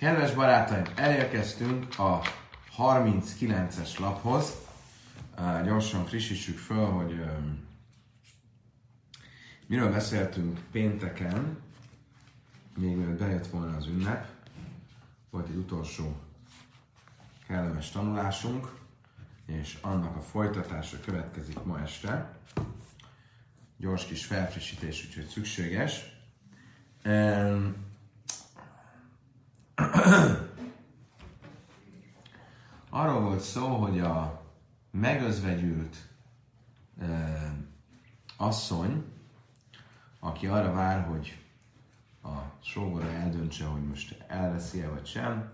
Kedves barátaim, elérkeztünk a 39-es laphoz. Gyorsan frissítsük föl, hogy miről beszéltünk pénteken, még mielőtt bejött volna az ünnep. Volt egy utolsó kellemes tanulásunk, és annak a folytatása következik ma este. Gyors kis felfrissítés, úgyhogy szükséges. Arról volt szó, hogy a megözvegyült asszony, aki arra vár, hogy a sógora eldöntse, hogy most elveszi-e vagy sem,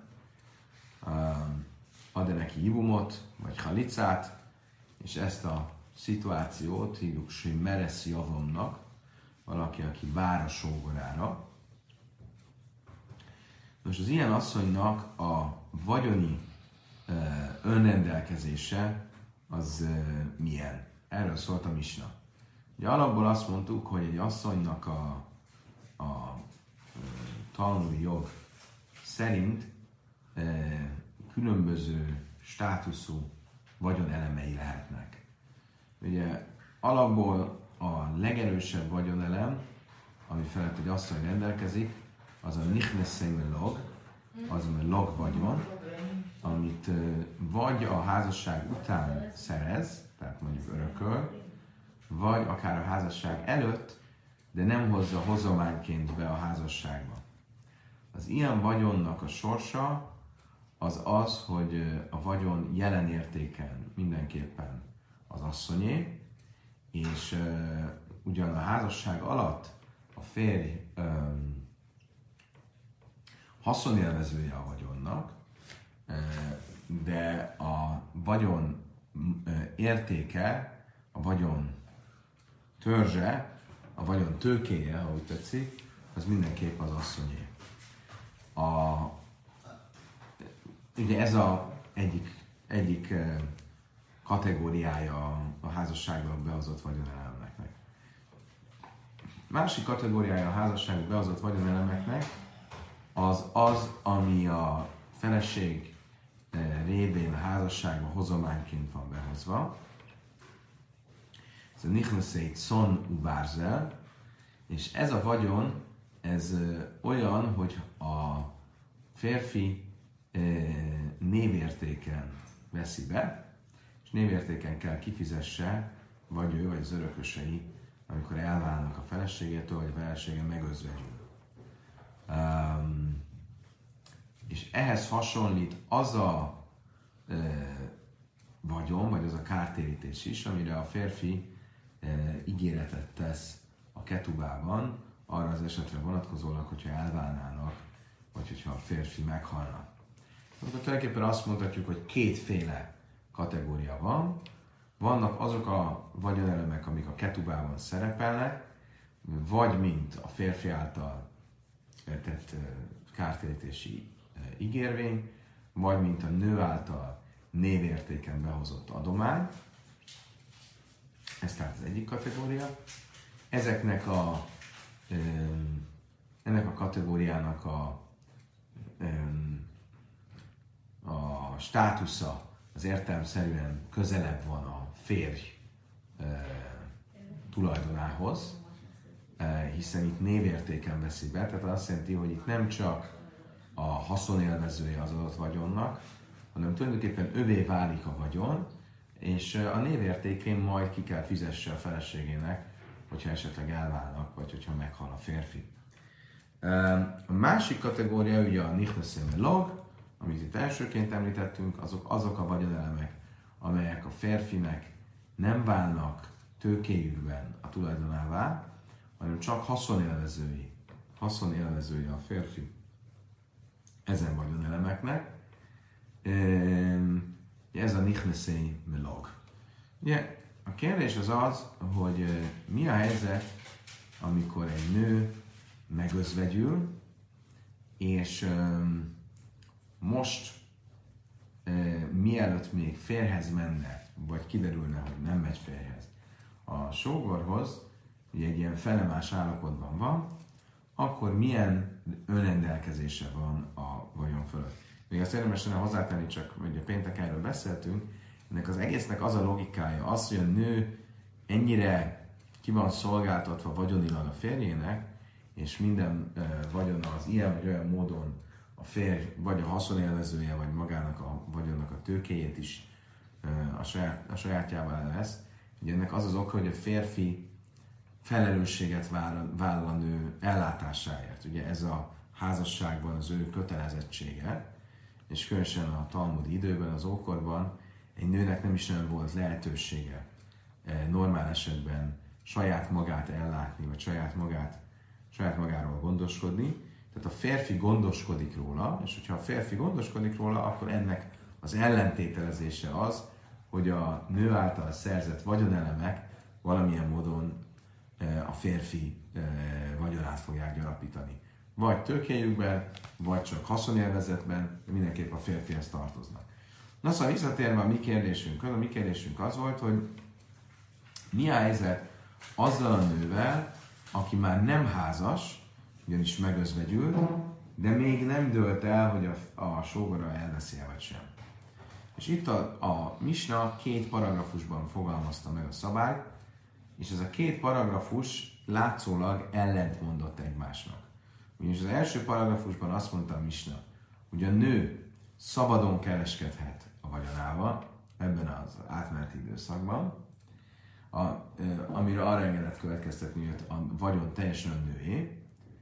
ad-e neki hívumot, vagy halicát, és ezt a szituációt hívjuk Meresz javamnak, valaki, aki vár a sógorára. Most az ilyen asszonynak a vagyoni önrendelkezése az milyen? Erről szólt a misna. Ugye alapból azt mondtuk, hogy egy asszonynak a talmudi jog szerint különböző státuszú vagyonelemei lehetnek. Ugye alapból a legerősebb vagyonelem, ami felett egy asszony rendelkezik, az a nichnesei log, az a log vagyon, amit vagy a házasság után szerez, tehát mondjuk örököl, vagy akár a házasság előtt, de nem hozza hozományként be a házasságba. Az ilyen vagyonnak a sorsa az az, hogy a vagyon jelen értéken mindenképpen az asszonyé, és ugyan a házasság alatt a férj haszonélvezője a vagyonnak, de a vagyon értéke, a vagyon törzse, a vagyon tőkéje, ha úgy tetszik, az mindenképp az asszonyé. Ugye ez az egyik kategóriája a házasságban behozott vagyonelemeknek. Másik kategóriája a házasságban behozott vagyonelemeknek az, ami a feleség révén a házasságba hozományként van behozva. Ez a nichnesei szon ubárzel, és ez a vagyon, ez olyan, hogy a férfi névértéken veszi be, és névértéken kell kifizesse, vagy ő, vagy az örökösei, amikor elválnak a feleségétől, vagy a felesége megözvegyül. És ehhez hasonlít az a vagyon, vagy az a kártérítés is, amire a férfi ígéretet tesz a ketubában, arra az esetre vonatkozólag, hogyha elválnának, vagy hogyha a férfi meghalna. Akkor tulajdonképpen azt mondhatjuk, hogy kétféle kategória van. Vannak azok a vagyonelemek, amik a ketubában szerepelnek, vagy mint a férfi által tett kártérítési ígérvény, vagy mint a nő által névértéken behozott adomány. Ez tehát az egyik kategória. Ennek a kategóriának a státusza az értelemszerűen közelebb van a férj tulajdonához, hiszen itt névértéken veszi be, tehát azt jelenti, hogy itt nem csak a haszonélvezője az adott vagyonnak, hanem tulajdonképpen övé válik a vagyon, és a névértékén majd ki kell fizesse a feleségének, hogyha esetleg elválnak, vagy hogyha meghal a férfi. A másik kategória ugye a nichnesei log, amit itt elsőként említettünk, azok a vagyonelemek, amelyek a férfinek nem válnak tőkéjükben a tulajdonává, hanem csak haszonélvezői a férfi ezen vagyonelemeknek. Ez a nichnesei log. Ugye, a kérdés az, hogy mi a helyzet, amikor egy nő megözvegyül, és most mielőtt még férjhez menne, vagy kiderülne, hogy nem megy férjhez, a sógorhoz, ugye egy ilyen felemás állapotban van, akkor milyen önrendelkezése van a vagyon fölött. Még azt érdemes lenne hozzátenni, csak hogy a péntek erről beszéltünk, ennek az egésznek az a logikája, az, hogy a nő ennyire ki van szolgáltatva vagyonilag a férjének, és minden vagyona az ilyen vagy olyan módon a férj vagy a haszonélvezője, vagy magának a vagyonnak a tőkéjét is a sajátjává lesz. Ugye ennek az az oka, hogy a férfi felelősséget vállal a nő ellátásáért. Ugye ez a házasságban az ő kötelezettsége, és különösen a talmudi időben, az ókorban egy nőnek nem is nagyon volt lehetősége normál esetben saját magát ellátni, vagy saját magáról gondoskodni. Tehát a férfi gondoskodik róla, és hogyha a férfi gondoskodik róla, akkor ennek az ellentételezése az, hogy a nő által szerzett vagyonelemek valamilyen módon a férfi vagyonát fogják gyarapítani. Vagy tőkéjükben, vagy csak haszonélvezetben, de mindenképp a férfihez tartoznak. Na szóval visszatérve a mi kérdésünk az volt, hogy mi a helyzet azzal a nővel, aki már nem házas, ugyanis megözvegyült, de még nem dőlt el, hogy a sógora elveszi-e vagy sem. És itt a Misna 2 paragrafusban fogalmazta meg a szabályt, és ez a 2 paragrafus látszólag ellentmondott egymásnak. Ugyanis az első paragrafusban azt mondta a Misna, hogy a nő szabadon kereskedhet a vagyonával ebben az átmeneti időszakban, amire arra engedett következtetni, hogy a vagyon teljesen a nőé.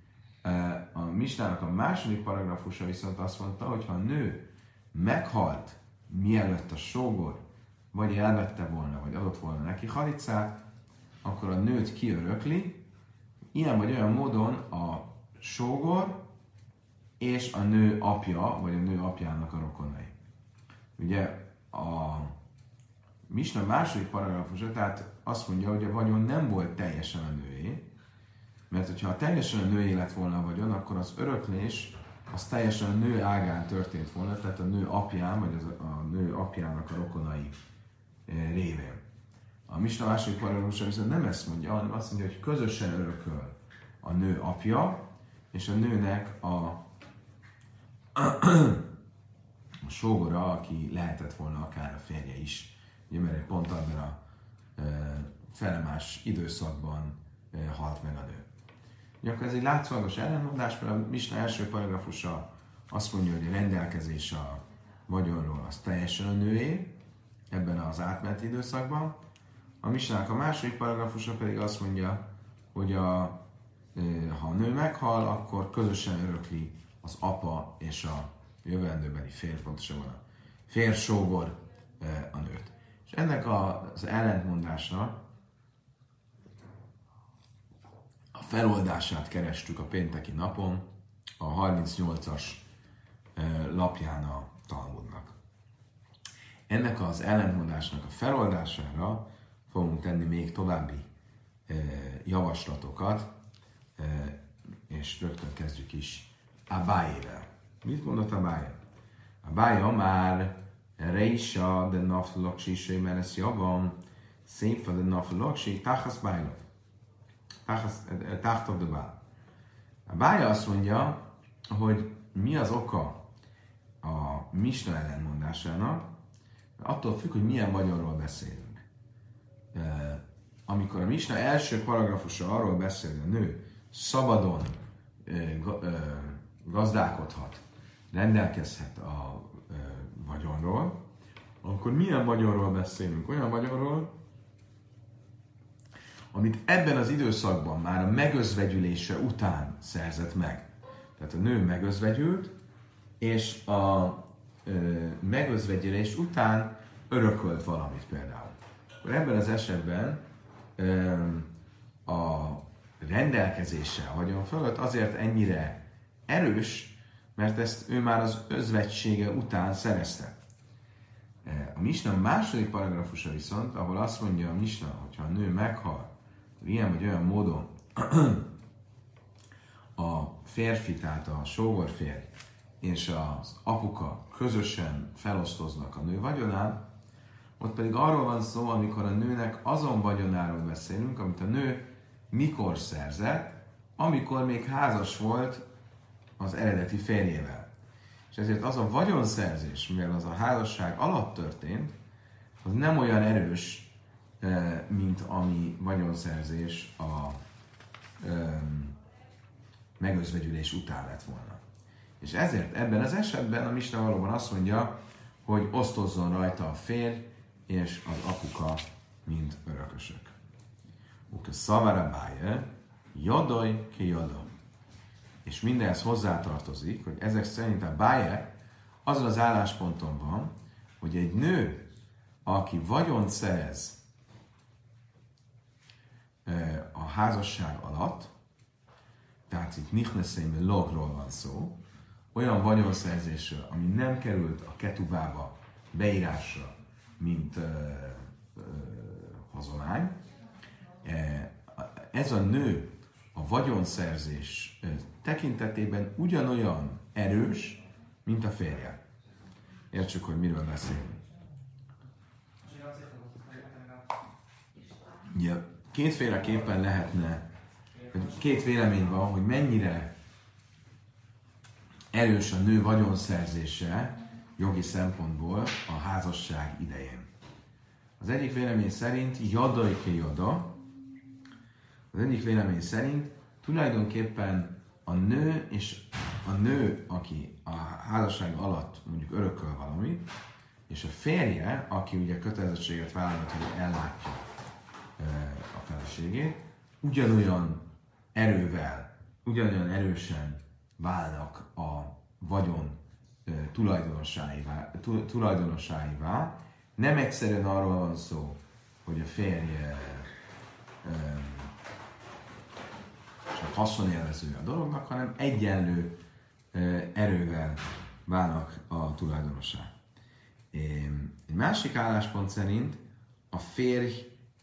A Misnának a második paragrafusa viszont azt mondta, hogy ha a nő meghalt, mielőtt a sógor vagy elvette volna, vagy adott volna neki halicát, akkor a nőt kiörökli, ilyen vagy olyan módon a sógor és a nő apja, vagy a nő apjának a rokonai. Ugye a Misna második paragrafusa, tehát azt mondja, hogy a vagyon nem volt teljesen a nőé, mert hogyha teljesen a nőé lett volna a vagyon, akkor az öröklés az teljesen a nő ágán történt volna, tehát a nő apján, vagy a nő apjának a rokonai révén. A Misna második paragrafusa viszont nem ezt mondja, hanem azt mondja, hogy közösen örököl a nő apja, és a nőnek a sógora, aki lehetett volna akár a férje is. Ugye, mert pont abban a felemás időszakban halt meg a nő. Ugye, akkor ez egy látszólagos ellenmondás, mert a Misna első paragrafusa azt mondja, hogy a rendelkezés a vagyonról az teljesen a nőé, ebben az átmeneti időszakban. A Misnának a második paragrafusa pedig azt mondja, hogy ha a nő meghal, akkor közösen örökli az apa és a jövendőbeli férj, pontosabban a férj-sógor a nőt. És ennek az ellentmondásnak a feloldását kerestük a pénteki napon a 38-as lapján a Talmudnak. Ennek az ellentmondásnak a feloldására fogunk tenni még további javaslatokat, és rögtön kezdjük is Abájével. Mit mondott Abája? Abája már Reisha de Nafloksi Sémeres Javam, Széfa de Nafloksi, Tachasz Bájlov. Tachtov de Bál. Abája azt mondja, hogy mi az oka a Misna ellenmondásának, attól függ, hogy milyen vagyonról beszélünk. Amikor a Misna első paragrafusa arról beszél, hogy a nő szabadon gazdálkodhat, rendelkezhet a vagyonról, akkor milyen vagyonról beszélünk? Olyan vagyonról, amit ebben az időszakban már a megözvegyülése után szerzett meg. Tehát a nő megözvegyült, és a megözvegyülés után örökölt valamit például. Akkor ebben az esetben a rendelkezése a vagyon fölött azért ennyire erős, mert ezt ő már az özvegysége után szerezte. A Misna második paragrafusa viszont, ahol azt mondja a Misna, hogyha a nő meghal, ilyen vagy olyan módon a férfi, tehát a sógorférj és az apuka közösen felosztoznak a nő vagyonán, ott pedig arról van szó, amikor a nőnek azon vagyonáról beszélünk, amit a nő mikor szerzett, amikor még házas volt az eredeti férjével. És ezért az a vagyonszerzés, mivel az a házasság alatt történt, az nem olyan erős, mint ami vagyonszerzés a megözvegyülés után lett volna. És ezért ebben az esetben a Misna valóban azt mondja, hogy osztozzon rajta a férj és az apuka, mint örökösök. Uke szavara báje, jadaj ki jada. És mindenhez hozzátartozik, hogy ezek szerint a báje azon az állásponton van, hogy egy nő, aki vagyont szerez a házasság alatt, tehát itt nichneszeim logról van szó, olyan vagyonszerzésről, ami nem került a ketubába beírásra, mint hazomány. Ez a nő a vagyonszerzés tekintetében ugyanolyan erős, mint a férje. Értsük, hogy miről beszélünk. Ja, kétféleképpen lehetne, két vélemény van, hogy mennyire erős a nő vagyonszerzése jogi szempontból a házasság idején. Az egyik vélemény szerint jadajke jada, az egyik vélemény szerint tulajdonképpen a nő, aki a házasság alatt mondjuk örököl valamit, és a férje, aki ugye kötelezettséget vállalt, hogy ellátja a feleségét, ugyanolyan erővel, ugyanolyan erősen válnak a vagyon tulajdonosáivá. Nem egyszerűen arról van szó, hogy a férje csak haszonélvezője a dolognak, hanem egyenlő erővel válnak a tulajdonossá. Egy másik álláspont szerint a férj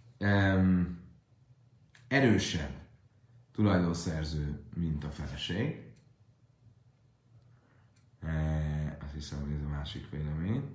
erősebb tulajdonszerző, mint a feleség. Azt hiszem, hogy ez a másik vélemény.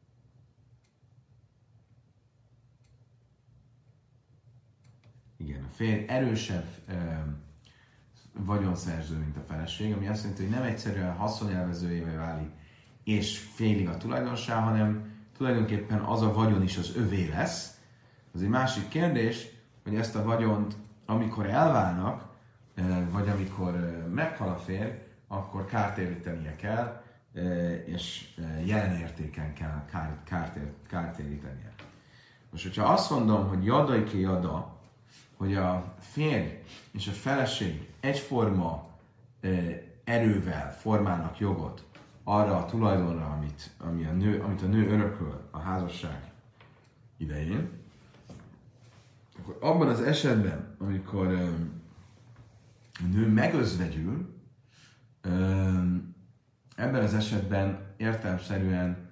Igen, a férj erősebb vagyonszerző, mint a feleség, ami azt jelenti, hogy nem egyszerűen haszonélvezőjévé válik, és félig a tulajdonossá, hanem tulajdonképpen az a vagyon is az övé lesz. Az egy másik kérdés, hogy ezt a vagyont, amikor elválnak, vagy amikor meghal a férj, akkor kártérítenie kell, és jelen értéken kell kártérítenie. Most, hogyha azt mondom, hogy jadajki jada, hogy a férj és a feleség egyforma erővel formálnak jogot arra a tulajdonra, amit a nő örököl a házasság idején, akkor abban az esetben, amikor a nő megözvegyül, ebben az esetben értelemszerűen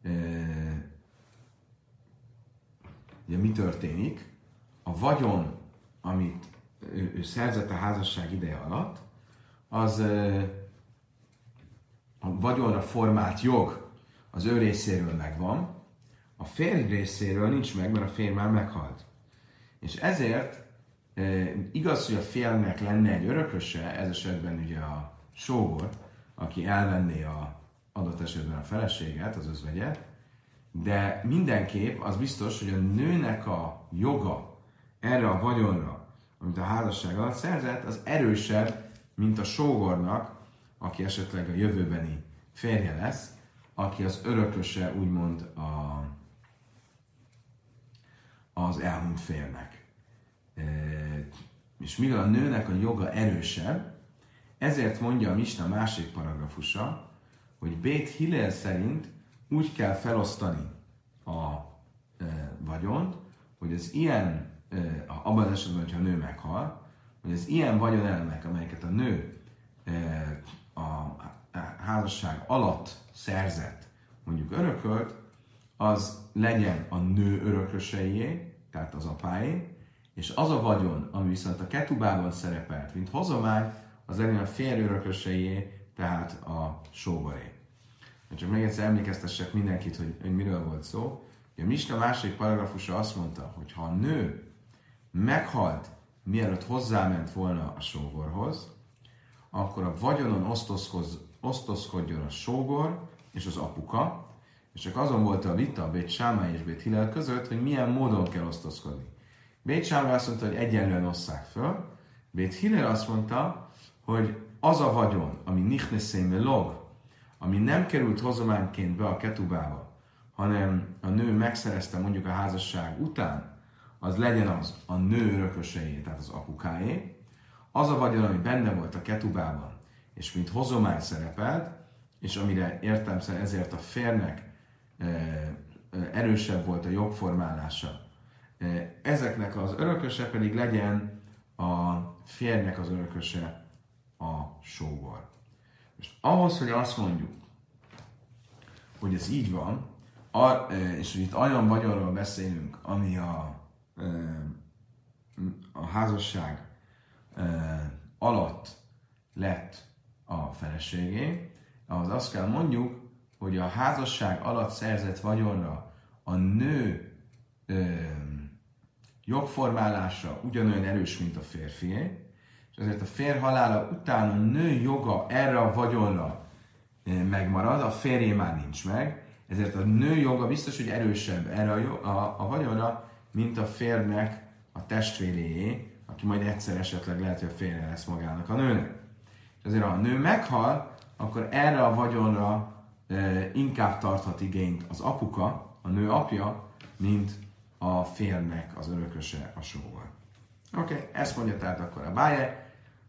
ugye mi történik? A vagyon, amit ő szerzett a házasság ideje alatt, az a vagyonra formált jog az ő részéről megvan, a férj részéről nincs meg, mert a férj már meghalt. És ezért igaz, hogy a férjnek lenne egy örököse, ez esetben ugye a sógor, aki elvenné a adott esetben a feleséget, az özvegyet, de mindenképp az biztos, hogy a nőnek a joga erre a vagyonra, amit a házasság alatt szerzett, az erősebb, mint a sógornak, aki esetleg a jövőbeni férje lesz, aki az örököse, úgymond az elhunyt férnek. És mivel a nőnek a joga erősebb, ezért mondja a Misna másik paragrafusa, hogy Bét Hillel szerint úgy kell felosztani a vagyont, hogy az ilyen, abban az esetben, hogyha a nő meghal, hogy az ilyen vagyonelemek, amelyeket a nő a házasság alatt szerzett, mondjuk örökölt, az legyen a nő örököseié, tehát az apáé, és az a vagyon, ami viszont a ketubában szerepelt, mint hozomány, az legyen a férj örököseié, tehát a sógoré. Csak még egyszer emlékeztessek mindenkit, hogy miről volt szó. A Misna második paragrafusa azt mondta, hogy ha a nő meghalt mielőtt hozzáment volna a sógorhoz, akkor a vagyonon osztozkodjon a sógor és az apuka, és csak azon volt a vita Bét Sámai és Bét Hillel között, hogy milyen módon kell osztozkodni. Bét Sámai azt mondta, hogy egyenlően osszák föl, Bét Hillel azt mondta, hogy az a vagyon, ami nichnesszéme log, ami nem került hozományként be a ketubába, hanem a nő megszerezte mondjuk a házasság után, az legyen az a nő örököseié, tehát az apukáé. Az a vagyon, ami benne volt a ketubában, és mint hozomány szerepelt, és amire értelemszerűen ezért a férnek erősebb volt a jogformálása. Ezeknek az örököse pedig legyen a férnek az örököse a sógor. Most ahhoz, hogy azt mondjuk, hogy ez így van, és hogy itt olyan vagyonról beszélünk, ami a házasság alatt lett a feleségé, ahhoz azt kell mondjuk, hogy a házasság alatt szerzett vagyonra a nő jogformálása ugyanolyan erős, mint a férfié, és ezért a férj halála után a nő joga erre a vagyonra megmarad, a férjé már nincs meg, ezért a nő joga biztos, hogy erősebb erre a vagyonra, mint a férnek a testvéréjé, aki majd egyszer esetleg lehet, hogy a férje lesz magának a nőnek. És ezért ha a nő meghal, akkor erre a vagyonra inkább tarthat igényt az apuka, a nő apja, mint a férnek az örököse, a sógor. Oké, ezt mondja tehát akkor a Báje.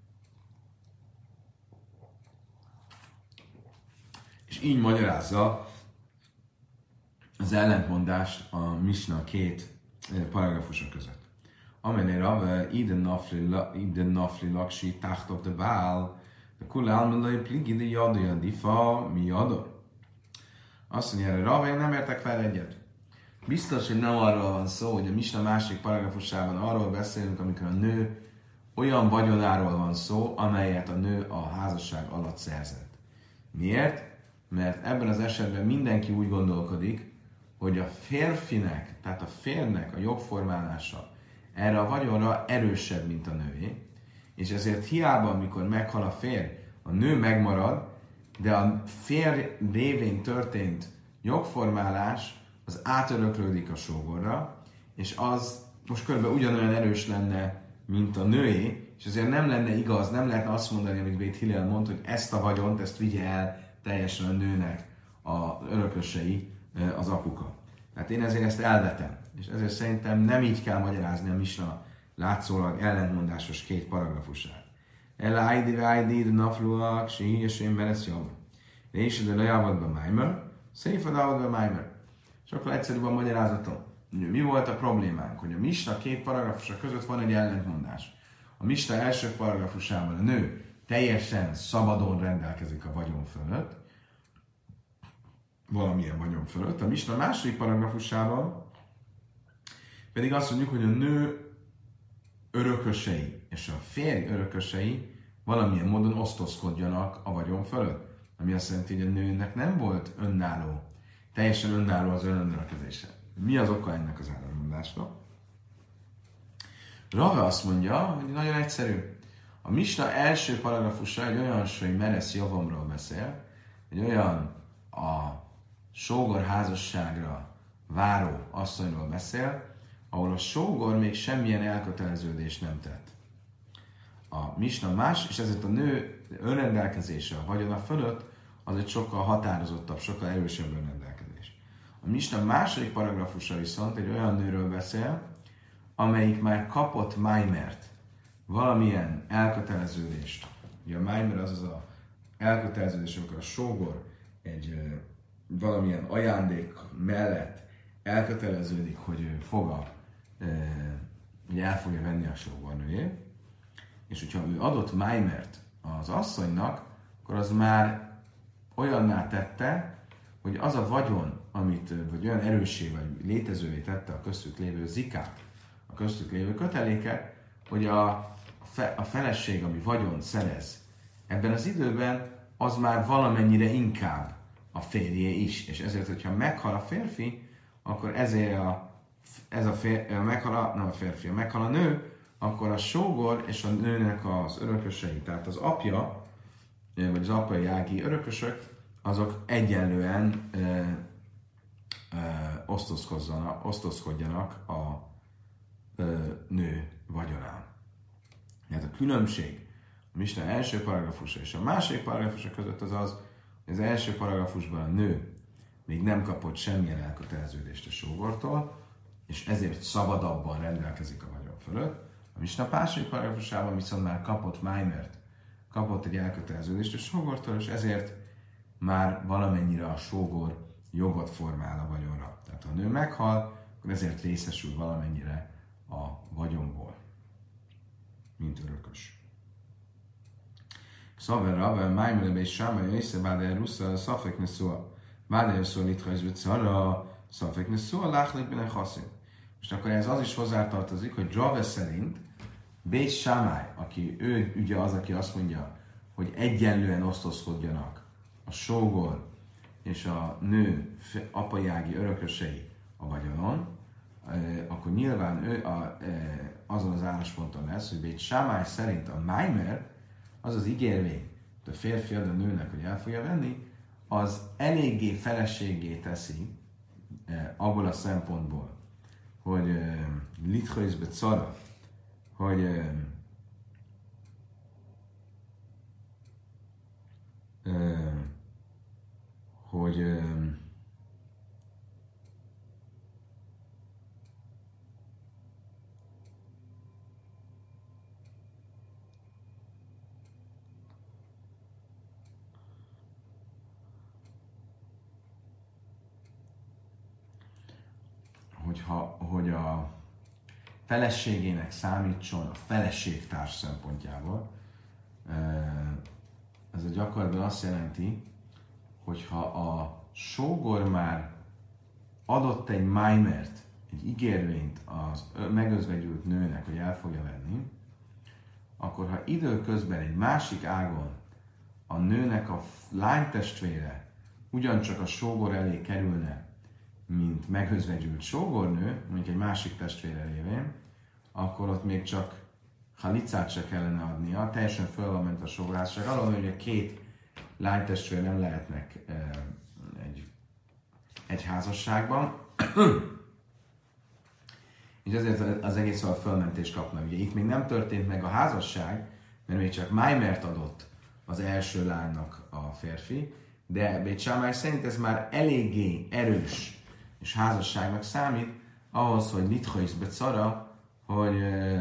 És így magyarázza az ellentmondást a Misna két paragrafusa között. Amelé Rav, iden nafli laksi táhtov de bál, de kulál melai pligi de jadja difa mi jador. Azt mondja erre Rav, én nem értek fel egyet. Biztos, hogy nem arról van szó, hogy a Misna másik paragrafusában arról beszélünk, amikor a nő olyan vagyonáról van szó, amelyet a nő a házasság alatt szerzett. Miért? Mert ebben az esetben mindenki úgy gondolkodik, hogy a férfinek, tehát a férnek a jogformálása erre a vagyonra erősebb, mint a nőé, és ezért hiába, amikor meghal a férj, a nő megmarad, de a férj révén történt jogformálás az átöröklődik a sógorra, és az most körülbelül ugyanolyan erős lenne, mint a nőé, és ezért nem lenne igaz, nem lehetne azt mondani, amit Bét Hillel mond, hogy ezt a vagyont, ezt vigye el teljesen a nőnek az örökösei, az apuka. Tehát én ezért ezt elvetem, és ezért szerintem nem így kell magyarázni a Misna látszólag ellentmondásos két paragrafusát. El ájdi vájdi, de nafluak, si és én beresz jobb. És de lejavad be májmer, széfad avad be májmer. Sokkal egyszerűbb a magyarázatom. Mi volt a problémánk? Hogy a Misna két paragrafusa között van egy ellentmondás. A Misna első paragrafusában a nő teljesen szabadon rendelkezik a vagyon fölött, valamilyen vagyon fölött. A Misna második paragrafusában pedig azt mondjuk, hogy a nő örökösei és a férj örökösei valamilyen módon osztozkodjanak a vagyon fölött. Ami azt jelenti, hogy a nőnek nem volt önálló, teljesen önálló az önrendelkezése. Mi az oka ennek az ellentmondásnak? Rave azt mondja, hogy nagyon egyszerű. A Misna első paragrafusa egy olyan hogy meresz javamról beszél, egy olyan a sógor házasságra váró asszonyról beszél, ahol a sógor még semmilyen elköteleződést nem tett. A Misna más, és ezért a nő önrendelkezése a vagyona fölött az egy sokkal határozottabb, sokkal erősebb önrendelkezés. A Misna második paragrafusa viszont egy olyan nőről beszél, amelyik már kapott májmert, valamilyen elköteleződést. Ugye a májmer az az a elköteleződés, amikor a sógor egy valamilyen ajándék mellett elköteleződik, hogy ő hogy el fogja venni a sógornőjét, és hogyha ő adott májmert az asszonynak, akkor az már olyanná tette, hogy az a vagyon, vagy olyan erőssé vagy létezővé tette a köztük lévő zikát, a köztük lévő köteléket, hogy a feleség, ami vagyont szerez ebben az időben, az már valamennyire inkább a férjé is. És ezért, hogyha meghal a férfi, akkor ezért meghal a nő, akkor a sógor és a nőnek az örökösei, tehát az apja, vagy az apai ági örökösök, azok egyenlően osztozkodjanak a nő vagyonán. Tehát a különbség a Misna első paragrafusa és a második paragrafusa között az az, hogy az első paragrafusban a nő még nem kapott semmilyen elköteleződést a sógortól, és ezért szabadabban rendelkezik a vagyon fölött. A Misna második paragrafusában viszont már kapott májmert, kapott egy elköteleződést a sógortól, és ezért már valamennyire a sógor jogot formál a vagyonra. Tehát ha a nő meghal, akkor ezért részesül valamennyire a vagyonból, mint örökös. Szóval Rabbe, Májmelebe és Sámai észre Báder Rusza, Szafek Neszua, Báder Szó Litrajzvit Szara, Szafek Neszua, Láchlik Bene Chaszin. És akkor ez az is hozzátartozik, hogy Rave szerint Bés Sámály, aki ő ugye az, aki azt mondja, hogy egyenlően osztozkodjanak a sógor és a nő apai ági örökösei a vagyonon, akkor nyilván ő azon az állásponton lesz, hogy Bét Sámály szerint a májmer, az az ígérvény, hogy a férfi ad a nőnek, hogy el fogja venni, az eléggé feleségé teszi abból a szempontból, hogy litchoizbe cara, hogy hogy a feleségének számítson a feleségtárs szempontjából. Ez a gyakorlatban azt jelenti, hogyha a sógor már adott egy májmert, egy ígérvényt az megözvegyült nőnek, hogy el fogja venni, akkor ha időközben egy másik ágon a nőnek a lánytestvére ugyancsak a sógor elé kerülne, mint megözvegyült sógornő, mondjuk egy másik testvére révén, akkor ott még csak halicát se kellene adnia, teljesen föl van ment a sógorházasság. Arról, hogy a két lánytestvér nem lehetnek egy házasságban, és ezért az egész a fölmentést kapnak. Ugye itt még nem történt meg a házasság, mert még csak májmert adott az első lánynak a férfi, de Bét Sámály szerint ez már eléggé erős és házasságnak számít, ahhoz, hogy litchoizbe cara, hogy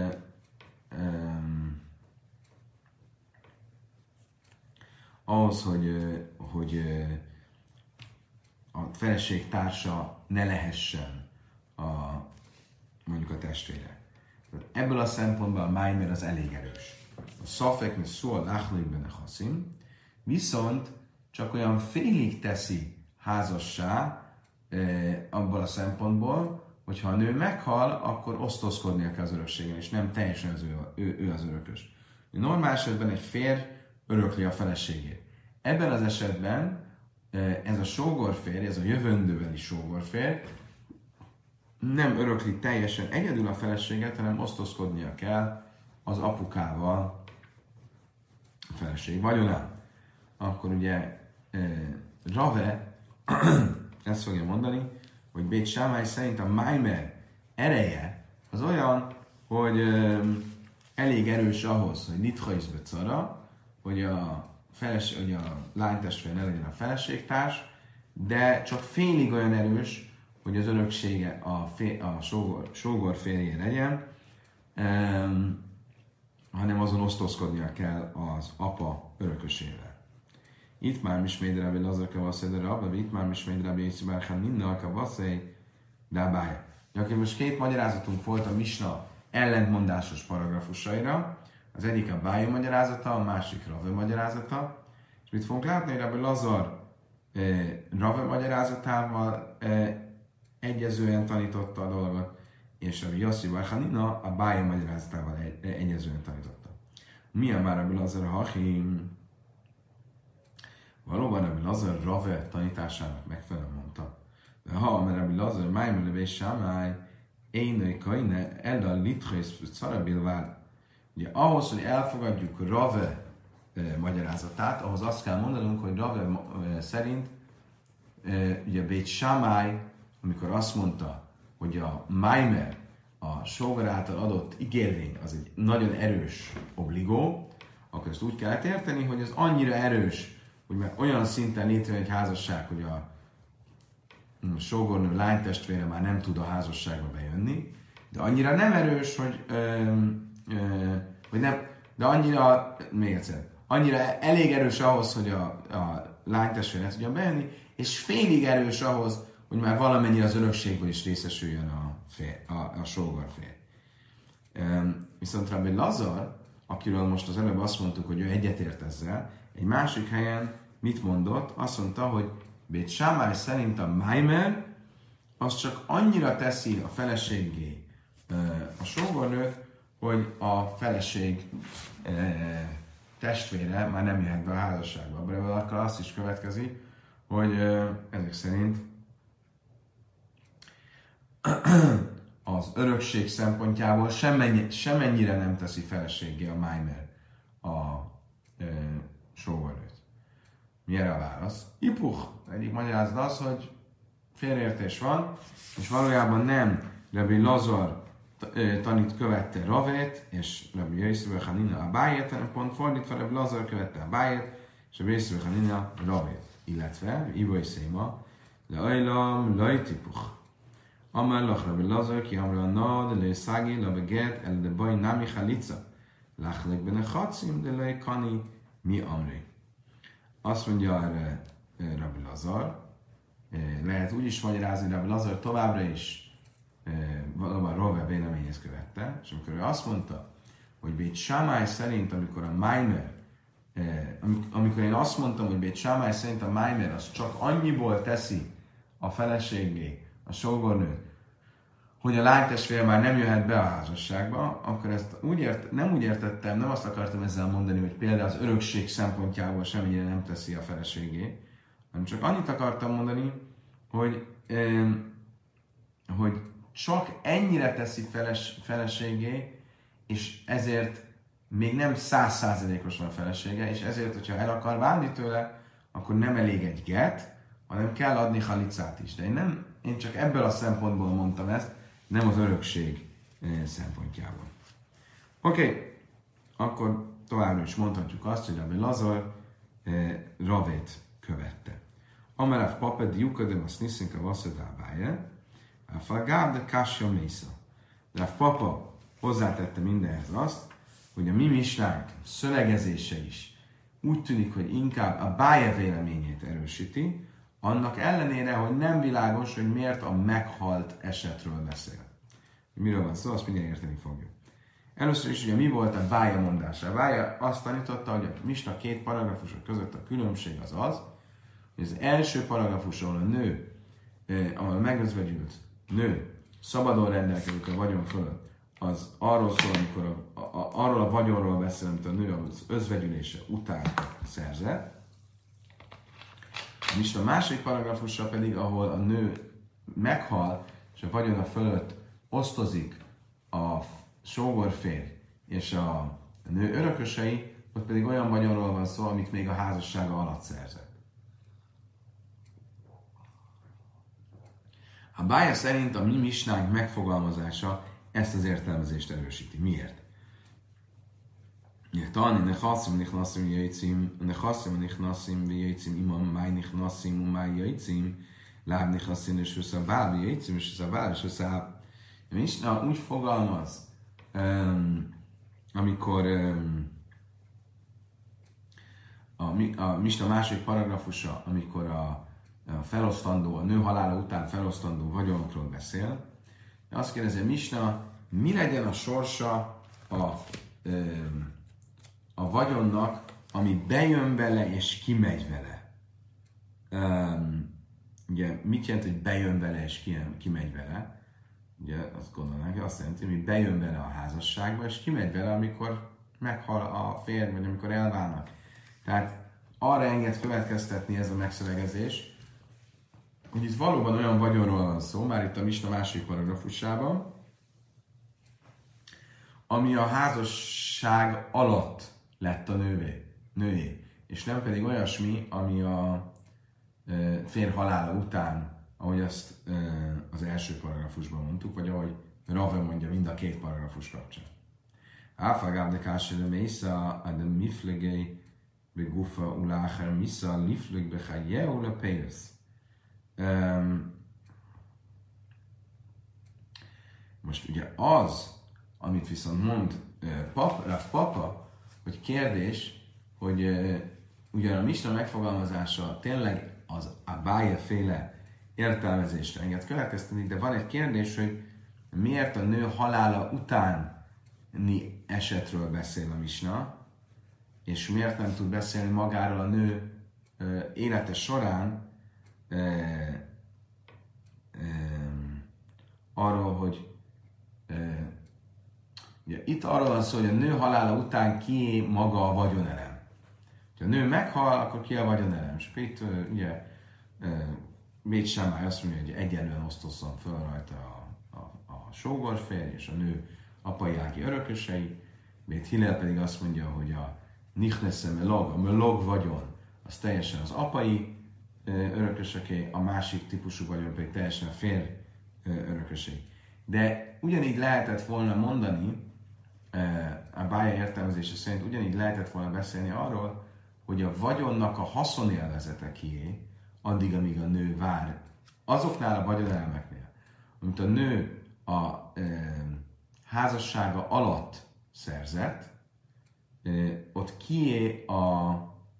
ahhoz, hogy a feleség társa ne lehessen mondjuk a testvére. Ebből a szempontból a májmer az elég erős. A szafeknek szól láchlik benne haszim, viszont csak olyan félig teszi házassá abból a szempontból, hogyha a nő meghal, akkor osztozkodnia kell az örökségen, és nem teljesen ő az örökös. Normál esetben egy férj örökli a feleségét. Ebben az esetben ez a sógorférj, ez a jövendőbeli sógorférj nem örökli teljesen egyedül a feleséget, hanem osztozkodnia kell az apukával a feleség vagyonán. Akkor ugye Rave ezt fogja mondani, hogy Bét Sámály szerint a májmer ereje az olyan, hogy elég erős ahhoz, hogy litchoizbe cara, hogy a lánytestvér ne legyen a feleségtárs, de csak félig olyan erős, hogy az öröksége a sógor férjé legyen, hanem azon osztozkodnia kell az apa örökösével. Itt már misméd Rabbi Lazar kavasszai, de Rabbi, itt már misméd Rabbi Yitzbárhán minden kavasszai, de bája. Akkor most két magyarázatunk volt a Misna ellentmondásos paragrafusaira. Az egyik a Bája magyarázata, a másik Rave magyarázata. És mit fogunk látni, hogy Rabbi Lazar Rave magyarázatával egyezően tanította a dolgot, és Rabbi Yossi bar Hanina a Bája magyarázatával egyezően tanította. Mi a már Rabbi Lazar Hachim? Valóban Rabbi Lazar Rave tanításának megfelelően mondta. De ha, mert Rabbi Lazar Májmelebe és Sámály énői kaine, ella litrész szarabilvár. Ugye ahhoz, hogy elfogadjuk Rave magyarázatát, ahhoz azt kell mondanunk, hogy Rave szerint ugye Bét Sámály, amikor azt mondta, hogy a Maimer, a sógor által adott ígérvény, az egy nagyon erős obligó, akkor ezt úgy kellett érteni, hogy ez annyira erős, hogy már olyan szinten létrejön egy házasság, hogy a sógornő lánytestvére már nem tud a házasságba bejönni, de annyira nem erős, hogy nem, de annyira, még egyszer, annyira elég erős ahhoz, hogy a lánytestvére tudjon bejönni, és félig erős ahhoz, hogy már valamennyi az örökségből is részesüljön a sógorfér. Viszont Rabbi Lazar, akiről most az előbb azt mondtuk, hogy ő egyetért ezzel, egy másik helyen mit mondott? Azt mondta, hogy Bét Sámály szerint a Maimer az csak annyira teszi a feleségé a sógornőt, hogy a feleség testvére már nem jöhet be a házasságba. Ebből akkor azt is következik, hogy ezek szerint az örökség szempontjából semennyire nem teszi feleséggé a Maimer a sógornőt. Mi erre a válasz? Ipuch. Egyik magyarázat az, hogy félreértés van, és valójában nem Rabbi Lazar követte Ravét, és Rabbi Yisrael Hanina a Bájét, hanem pont fordítva Rabbi Lazar követte a Bájét, és Rabbi Yisrael Hanina Ravét. Illetve, Ibai Széma, le ajlam lajtipuch. Amellach Rabbi Lazar ki amra na, de le szági, le beget, el de baj nami chalitza. Lachlek benne chatszim, de le kani mi amri. Azt mondja erre Rabbi Lazar, lehet úgy is magyarázni, Rabbi Lazar továbbra is valóban Rove véleményhez követte, és amikor ő azt mondta, hogy Bét Sámály szerint, amikor a Maimer, amikor én azt mondtam, hogy Bét Sámály szerint a Maimer az csak annyiból teszi a feleségé, a sógornőt, hogy a lánytestvér már nem jöhet be a házasságba, akkor ezt nem úgy értettem, nem azt akartam ezzel mondani, hogy például az örökség szempontjából semmire nem teszi a feleségé, hanem csak annyit akartam mondani, hogy csak ennyire teszi feleségé, és ezért még nem 100%-osan a felesége, és ezért, hogyha el akar válni tőle, akkor nem elég egy get, hanem kell adni halicát is. De én csak ebből a szempontból mondtam ezt, nem az örökség szempontjából. Oké, akkor továbbra is mondhatjuk azt, hogy Rabbi Lazar Ravét követte. Amarav papa diukadem azt niszinka vaszadábája, a fagáb de kásja mésza. De a papa hozzátette mindenhez azt, hogy a mi misnánk szövegezése is úgy tűnik, hogy inkább a bája véleményét erősíti, annak ellenére, hogy nem világos, hogy miért a meghalt esetről beszél. Miről van szó, azt mindjárt érteni fogjuk. Először is ugye mi volt a bája mondása? A bája azt tanította, hogy a misna két paragrafusok között a különbség az, hogy az első paragrafus, ahol a nő, ahol a megözvegyült nő szabadon rendelkezik a vagyon fölött, az arról szól, amikor arról a vagyonról beszél, amit a nő az özvegyülése után szerzett. És a másik paragrafussal pedig, ahol a nő meghal, és a vagyona fölött osztozik a sógorférj és a nő örökösei, ott pedig olyan vagyonról van szó, amit még a házassága alatt szerzett. A bája szerint a mi misnánk megfogalmazása ezt az értelmezést erősíti. Miért? Tani nechaszim nichnaszim jöjjcim, nechaszim nichnaszim jöjjcim imam máj nichnaszim máj jöjjcim, láb nichnaszim és összabál jöjjcim és összabál és összabál. A misna úgy fogalmaz, amikor a misna másik paragrafusa, amikor a felosztandó, a nő halála után felosztandó vagyonokról beszél, de azt kérdezi a misna, mi legyen a sorsa a vagyonnak, ami bejön vele és kimegy vele. Ugye mit jelent, hogy bejön vele és kimegy vele? Ugye azt gondolnánk, hogy azt jelenti, hogy bejön vele a házasságba, és kimegy vele, amikor meghal a férj, vagy amikor elválnak. Tehát arra enged következtetni ez a megszövegezés, hogy itt valóban olyan vagyonról van szó, már itt a misna másik paragrafusában, ami a házasság alatt lett a nőé, és nem pedig olyasmi, ami a férj halála után, ahogy azt az első paragrafusban mondtuk, vagy ahogy Rave mondja mind a két paragrafus kapcsán. Áfágább de kásere mésza, de miflegei begufa ulácher missza, lifleg behajjeu le pénz. Most ugye az, amit viszont mond Rav Papa, hogy kérdés, hogy ugyan a Misna megfogalmazása tényleg az Abaye féle értelmezésre enged következtetni, de van egy kérdés, hogy miért a nő halála utáni esetről beszél a Misna, és miért nem tud beszélni magáról a nő élete során arról, hogy ugye, itt arról van szó, hogy a nő halála után kié maga a vagyonelem. Ha a nő meghal, akkor ki a vagyonelem. És itt ugye Bét Sámály azt mondja, hogy egyenlően osztozzon föl rajta a sógorférj és a nő apai ági örökösei. Bét Hillel pedig azt mondja, hogy a nichnesze melog, a melog vagyon, az teljesen az apai örököseké, a másik típusú vagyon pedig teljesen a férj örökösé. De ugyanígy lehetett volna mondani, a Bája értelmezése szerint ugyanígy lehetett volna beszélni arról, hogy a vagyonnak a haszonélvezete kié, addig, amíg a nő vár azoknál a vagyonelmeknél, amit a nő a házassága alatt szerzett, ott kié a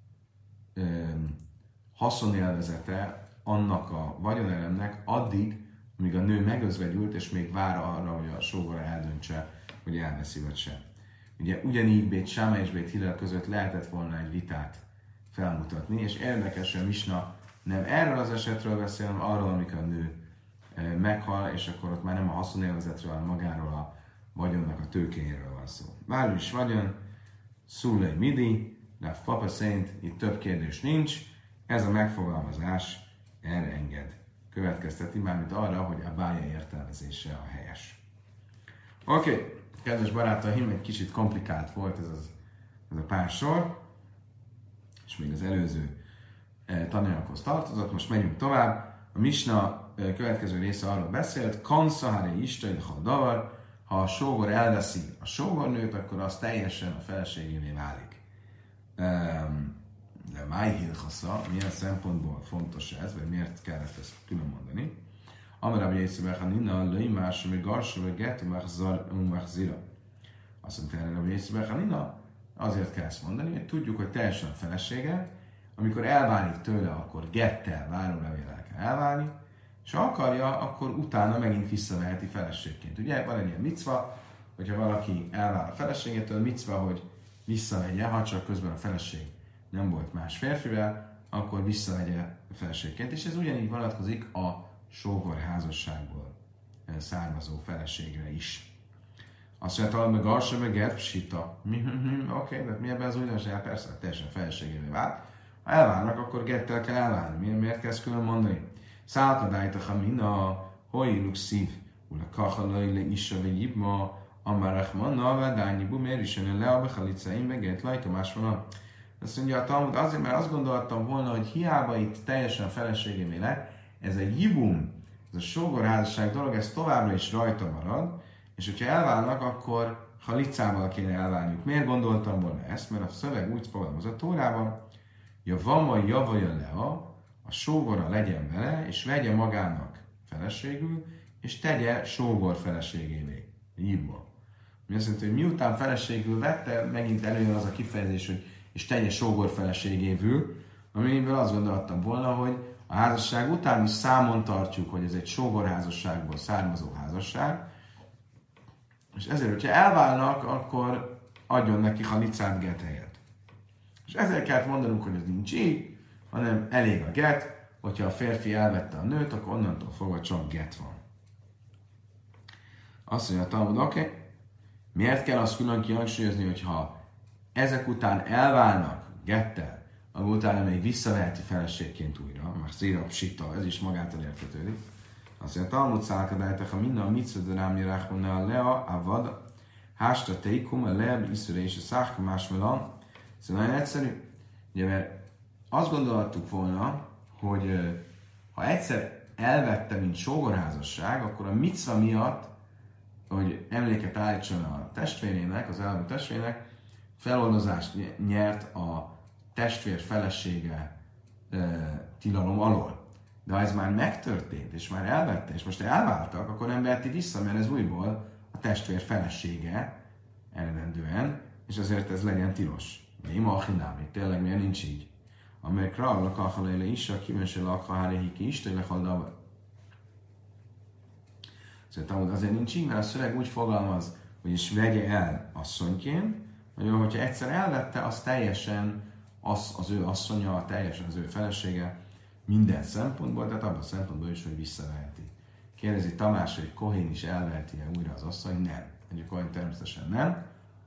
haszonélvezete annak a vagyonelemnek addig, amíg a nő megözvegyült, és még vár arra, hogy a sógora eldöntse, hogy elveszi vagy sem. Ugye ugyanígy Bét Sámály és Bét Hillel között lehetett volna egy vitát felmutatni, és érdekes, hogy a Misna nem erről az esetről beszél, hanem arról, amikor a nő meghal, és akkor ott már nem a haszonélvezetről, hanem magáról a vagyonnak a tőkéjéről van szó. Várj is vagyon, szúlej midi, de a Papa szerint itt több kérdés nincs, ez a megfogalmazás erre enged következteti, mármint arra, hogy a Bája értelmezése a helyes. Oké, kedves barátaim, egy kicsit komplikált volt ez a pár sor, és még az előző tananyaghoz tartozott, most megyünk tovább. A Misna következő része arról beszélt, Kanszaháré Istai Davar, ha a sógor elveszi a sógornőt, akkor az teljesen a feleségévé válik. De Májhilchasza, milyen szempontból fontos ez, vagy miért kellett ezt külön mondani? Amarab Jézsebechanina, Löjmás, még Garsó, vagy Gettu, Machzira. Azt mondta erre Rabbi Jézsebechanina, azért kell ezt mondani, hogy tudjuk, hogy teljesen a felesége, amikor elválik tőle, akkor gettel, várólevéllel kell elválni, és ha akarja, akkor utána megint visszaveheti feleségként. Ugye van egy ilyen micva, hogyha valaki elvál a feleségétől, micva, hogy visszavegye, ha csak közben a feleség nem volt más férfivel, akkor visszavegye a feleségként, és ez ugyanígy vonatkozik a sógor házasságból származó feleségre is. Azt mondja, hogy meg alsa, meg gerpsita. Oké, de mi ebben az újdonság? Persze, teljesen feleségévé vált. Ha elválnak, akkor gettel kell elválni. Miért kell ezt külön mondani? Szálkadájtacha mina, hojiluk szív, ula kachalai le isa ve jibma, amarach manna, vedányi bumér is jön le a bechalicaim, meg egy lajka más van. Azt mondja a Talmud, azért, mert azt gondoltam volna, hogy hiába itt teljesen feleségévé lett, ez a jibum, ez a sógorházasság dolog, ez továbbra is rajta marad, és hogyha elválnak, akkor halicával kéne elválniuk. Miért gondoltam volna ezt? Mert a szöveg úgy fogalmazott a Tórában, ja vama javaja lea, a sógora legyen vele, és vegye magának feleségül, és tegye sógor feleségévé. Jibba. Mi azt jelenti, hogy miután feleségül vette, megint előjön az a kifejezés, hogy és tegye sógor feleségévül, amiből azt gondoltam volna, hogy a házasság után is számon tartjuk, hogy ez egy sógorházasságból származó házasság, és ezért, hogyha elválnak, akkor adjon neki halicát get helyett. És ezért kellett mondanunk, hogy ez nincs így, hanem elég a get, hogyha a férfi elvette a nőt, akkor onnantól fogva csak get van. Azt mondja a Talmud, oké, miért kell azt külön kihangsúlyozni, hogyha ezek után elválnak gettel, akkor utána még visszaveheti feleségként újra, már széra psita, ez is magától értetődik. Azt mondja, Talmud szálkadájtak, ha minden a mitzvah rámjárásban a lea, a vad, Hásta teikum, a leb, iszure és a száhka másmela. Ez nagyon egyszerű. Ugye, mert azt gondoltuk volna, hogy ha egyszer elvette, mint sógorházasság, akkor a micva miatt, hogy emléket állítson a testvérének, az elvű testvérének, feloldozást nyert a testvér felesége tilalom alól. De ha ez már megtörtént, és már elvette, és most elváltak, akkor nem veheti vissza, mert ez újból a testvér felesége eredendően, és azért ez legyen tilos. Mi ma achinámi, tényleg miért nincs így? Amelyek rávlak achaléle is, a kimensel akhaháréhi ki is, tényleg haldava. Szóval azért nincs így, mert a szöveg úgy fogalmaz, hogy is vegye el asszonyként, vagy hogyha egyszer elvette, az teljesen az ő asszonya, teljesen az ő felesége, minden szempontból, tehát abban a szempontból is, hogy visszaveheti. Kérdezi Tamás, hogy Kohén is elveheti-e újra az asszony? Nem. Egy Kohén természetesen nem.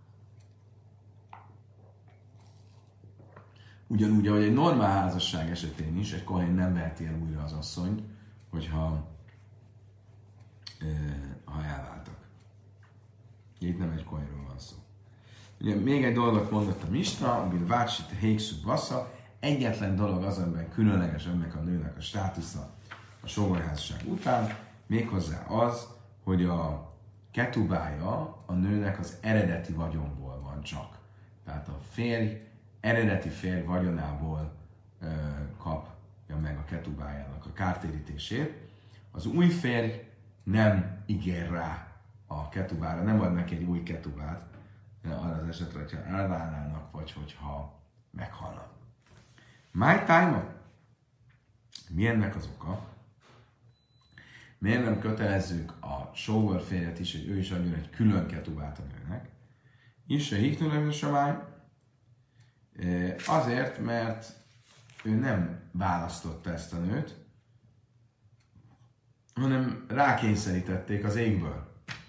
Ugyanúgy, ahogy egy normál házasság esetén is, egy Kohén nem veheti el újra az asszonyt, hogyha ha elváltak. Itt nem egy Kohénról van szó. Ugye még egy dolgot mondott a Misna, amit Vácsit Hékszú Bassza, egyetlen dolog az, amiben különleges ennek a nőnek a státusza a sógorházasság után, méghozzá az, hogy a ketubája a nőnek az eredeti vagyonból van csak. Tehát a eredeti férj vagyonából kapja meg a ketubájának a kártérítését. Az új férj nem ígér rá a ketubára, nem ad neki egy új ketubát, arra az esetre, hogyha elválnának, vagy hogyha meghalnak. My time. Mi ennek az oka? Miért nem kötelezzük a sógorférjet is, hogy ő is adjon egy külön ketubát a nőnek? És a hiknulem és a máj. Azért, mert ő nem választotta ezt a nőt, hanem rákényszerítették az égből.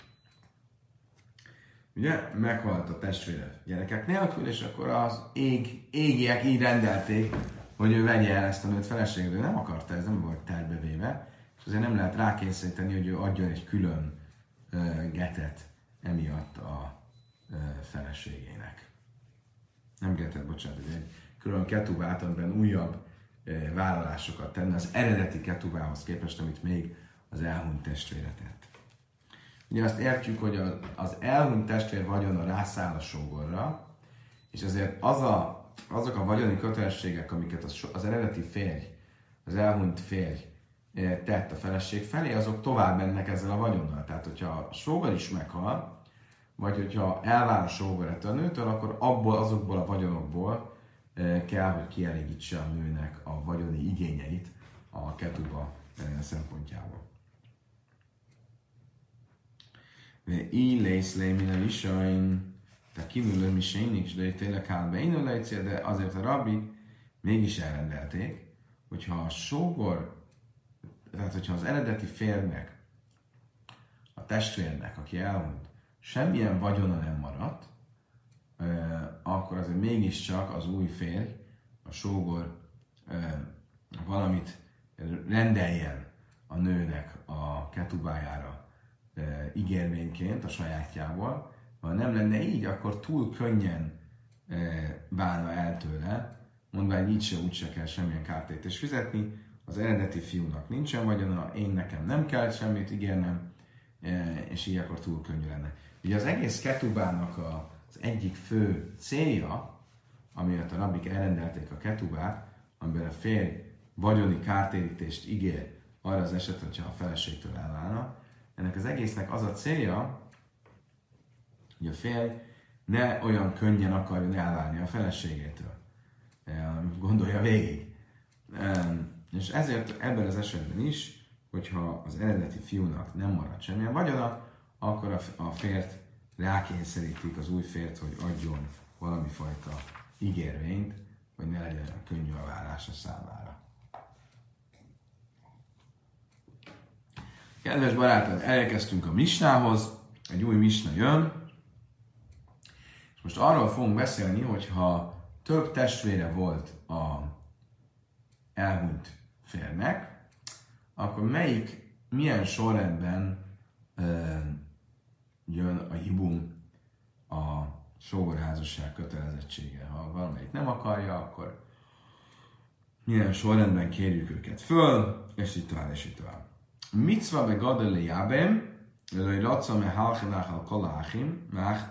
Ugye, meghalt a testvére gyerekek nélkül, és akkor az égiek így rendelték, hogy ő vegye el ezt a nőt feleségül. Ő nem akarta, ez nem volt tervbevéve, és azért nem lehet rákényszeríteni, hogy ő adjon egy külön getet emiatt a feleségének. Nem getet, bocsánat, egy külön ketubát, amiben újabb vállalásokat tenne az eredeti ketubához képest, amit még az elhunyt testvére tett. Ugye azt értjük, hogy az elhunyt testvér vagyona rászáll a sógorra, és azért azok a vagyoni kötelességek, amiket az eredeti férj, az elhunyt férj tett a feleség felé, azok tovább mennek ezzel a vagyonnal. Tehát, hogyha a sógor is meghal, vagy hogyha elvál a sógor ettől a nőtől, akkor azokból a vagyonokból kell, hogy kielégítse a nőnek a vagyoni igényeit a ketuba szempontjából. Így lész lé minden visain, tehát kívül mi se innik, de tényleg hál be de azért a rabbik mégis elrendelték, hogyha a sógor, tehát hogyha az eredeti férnek, a testvérnek, aki elhunyt, semmilyen vagyona nem maradt, akkor azért mégiscsak az új férj, a sógor valamit rendeljen a nőnek a ketubájára ígérvényként a sajátjából. Ha nem lenne így, akkor túl könnyen válna el tőle, mondván, hogy így se úgy se kell semmilyen kártérítést fizetni, az eredeti fiúnak nincsen vagyona, én nekem nem kell semmit ígérnem, és így akkor túl könnyű lenne. Ugye az egész ketubának az egyik fő célja, amiatt a rabbik elrendelték a ketubát, amiben a férj vagyoni kártérítést ígér arra az esetre, hogyha a feleségtől elválna, ennek az egésznek az a célja, hogy a férj ne olyan könnyen akarjon elválni a feleségétől. Gondolja végig. És ezért ebben az esetben is, hogyha az eredeti fiúnak nem marad semmilyen vagyona, akkor a férjt rákényszerítik az új férjt, hogy adjon valami fajta ígérvényt, hogy ne legyen könnyű a válása számára. Kedves barátaim, elérkeztünk a misnához, egy új misna jön, és most arról fogunk beszélni, hogy ha több testvére volt a elhunyt férnek, akkor milyen sorrendben jön a hibum a sógorházasság kötelezettsége. Ha valamelyik nem akarja, akkor milyen sorrendben kérjük őket föl, és így tovább, és így tovább. Mitzva be gadele jabem, lőj ratza me halchinach al koláchim,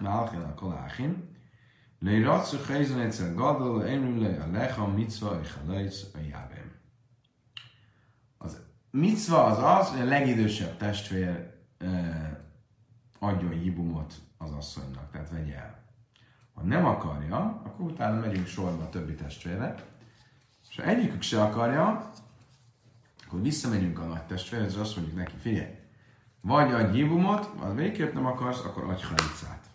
lőj ratza chayzon egyszer gadol, emlő lőj a lecha, mitzva, és a lőjc a jabem. Az mitzva az, hogy a legidősebb testvér adjon jibumot az asszonynak, tehát vegye el. Ha nem akarja, akkor utána megyünk sorba a többi testvérre, és ha egyikük se akarja, akkor visszamegyünk a nagy testvérhez, és azt mondjuk neki, figyelj, vagy adj jibumot, vagy végképp nem akarsz, akkor adj halicát.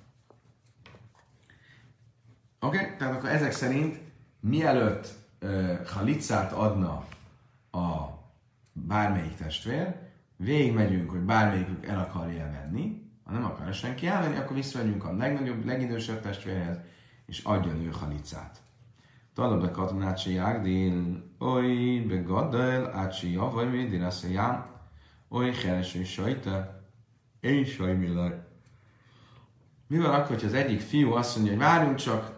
Oké? Tehát akkor ezek szerint, mielőtt halicát adna a bármelyik testvér, végigmegyünk, hogy bármelyikük el akarja venni, ha nem akarja senki elvenni, akkor visszamegyünk a legnagyobb, legidősebb testvérhez, és adjon ő halicát. Talab be katonát se jágdél, oly be gaddel, át se javaj, védél azt a jám, oly kereső sajta, én sajmilaj. Mi van akkor, hogyha az egyik fiú azt mondja, hogy várjunk csak,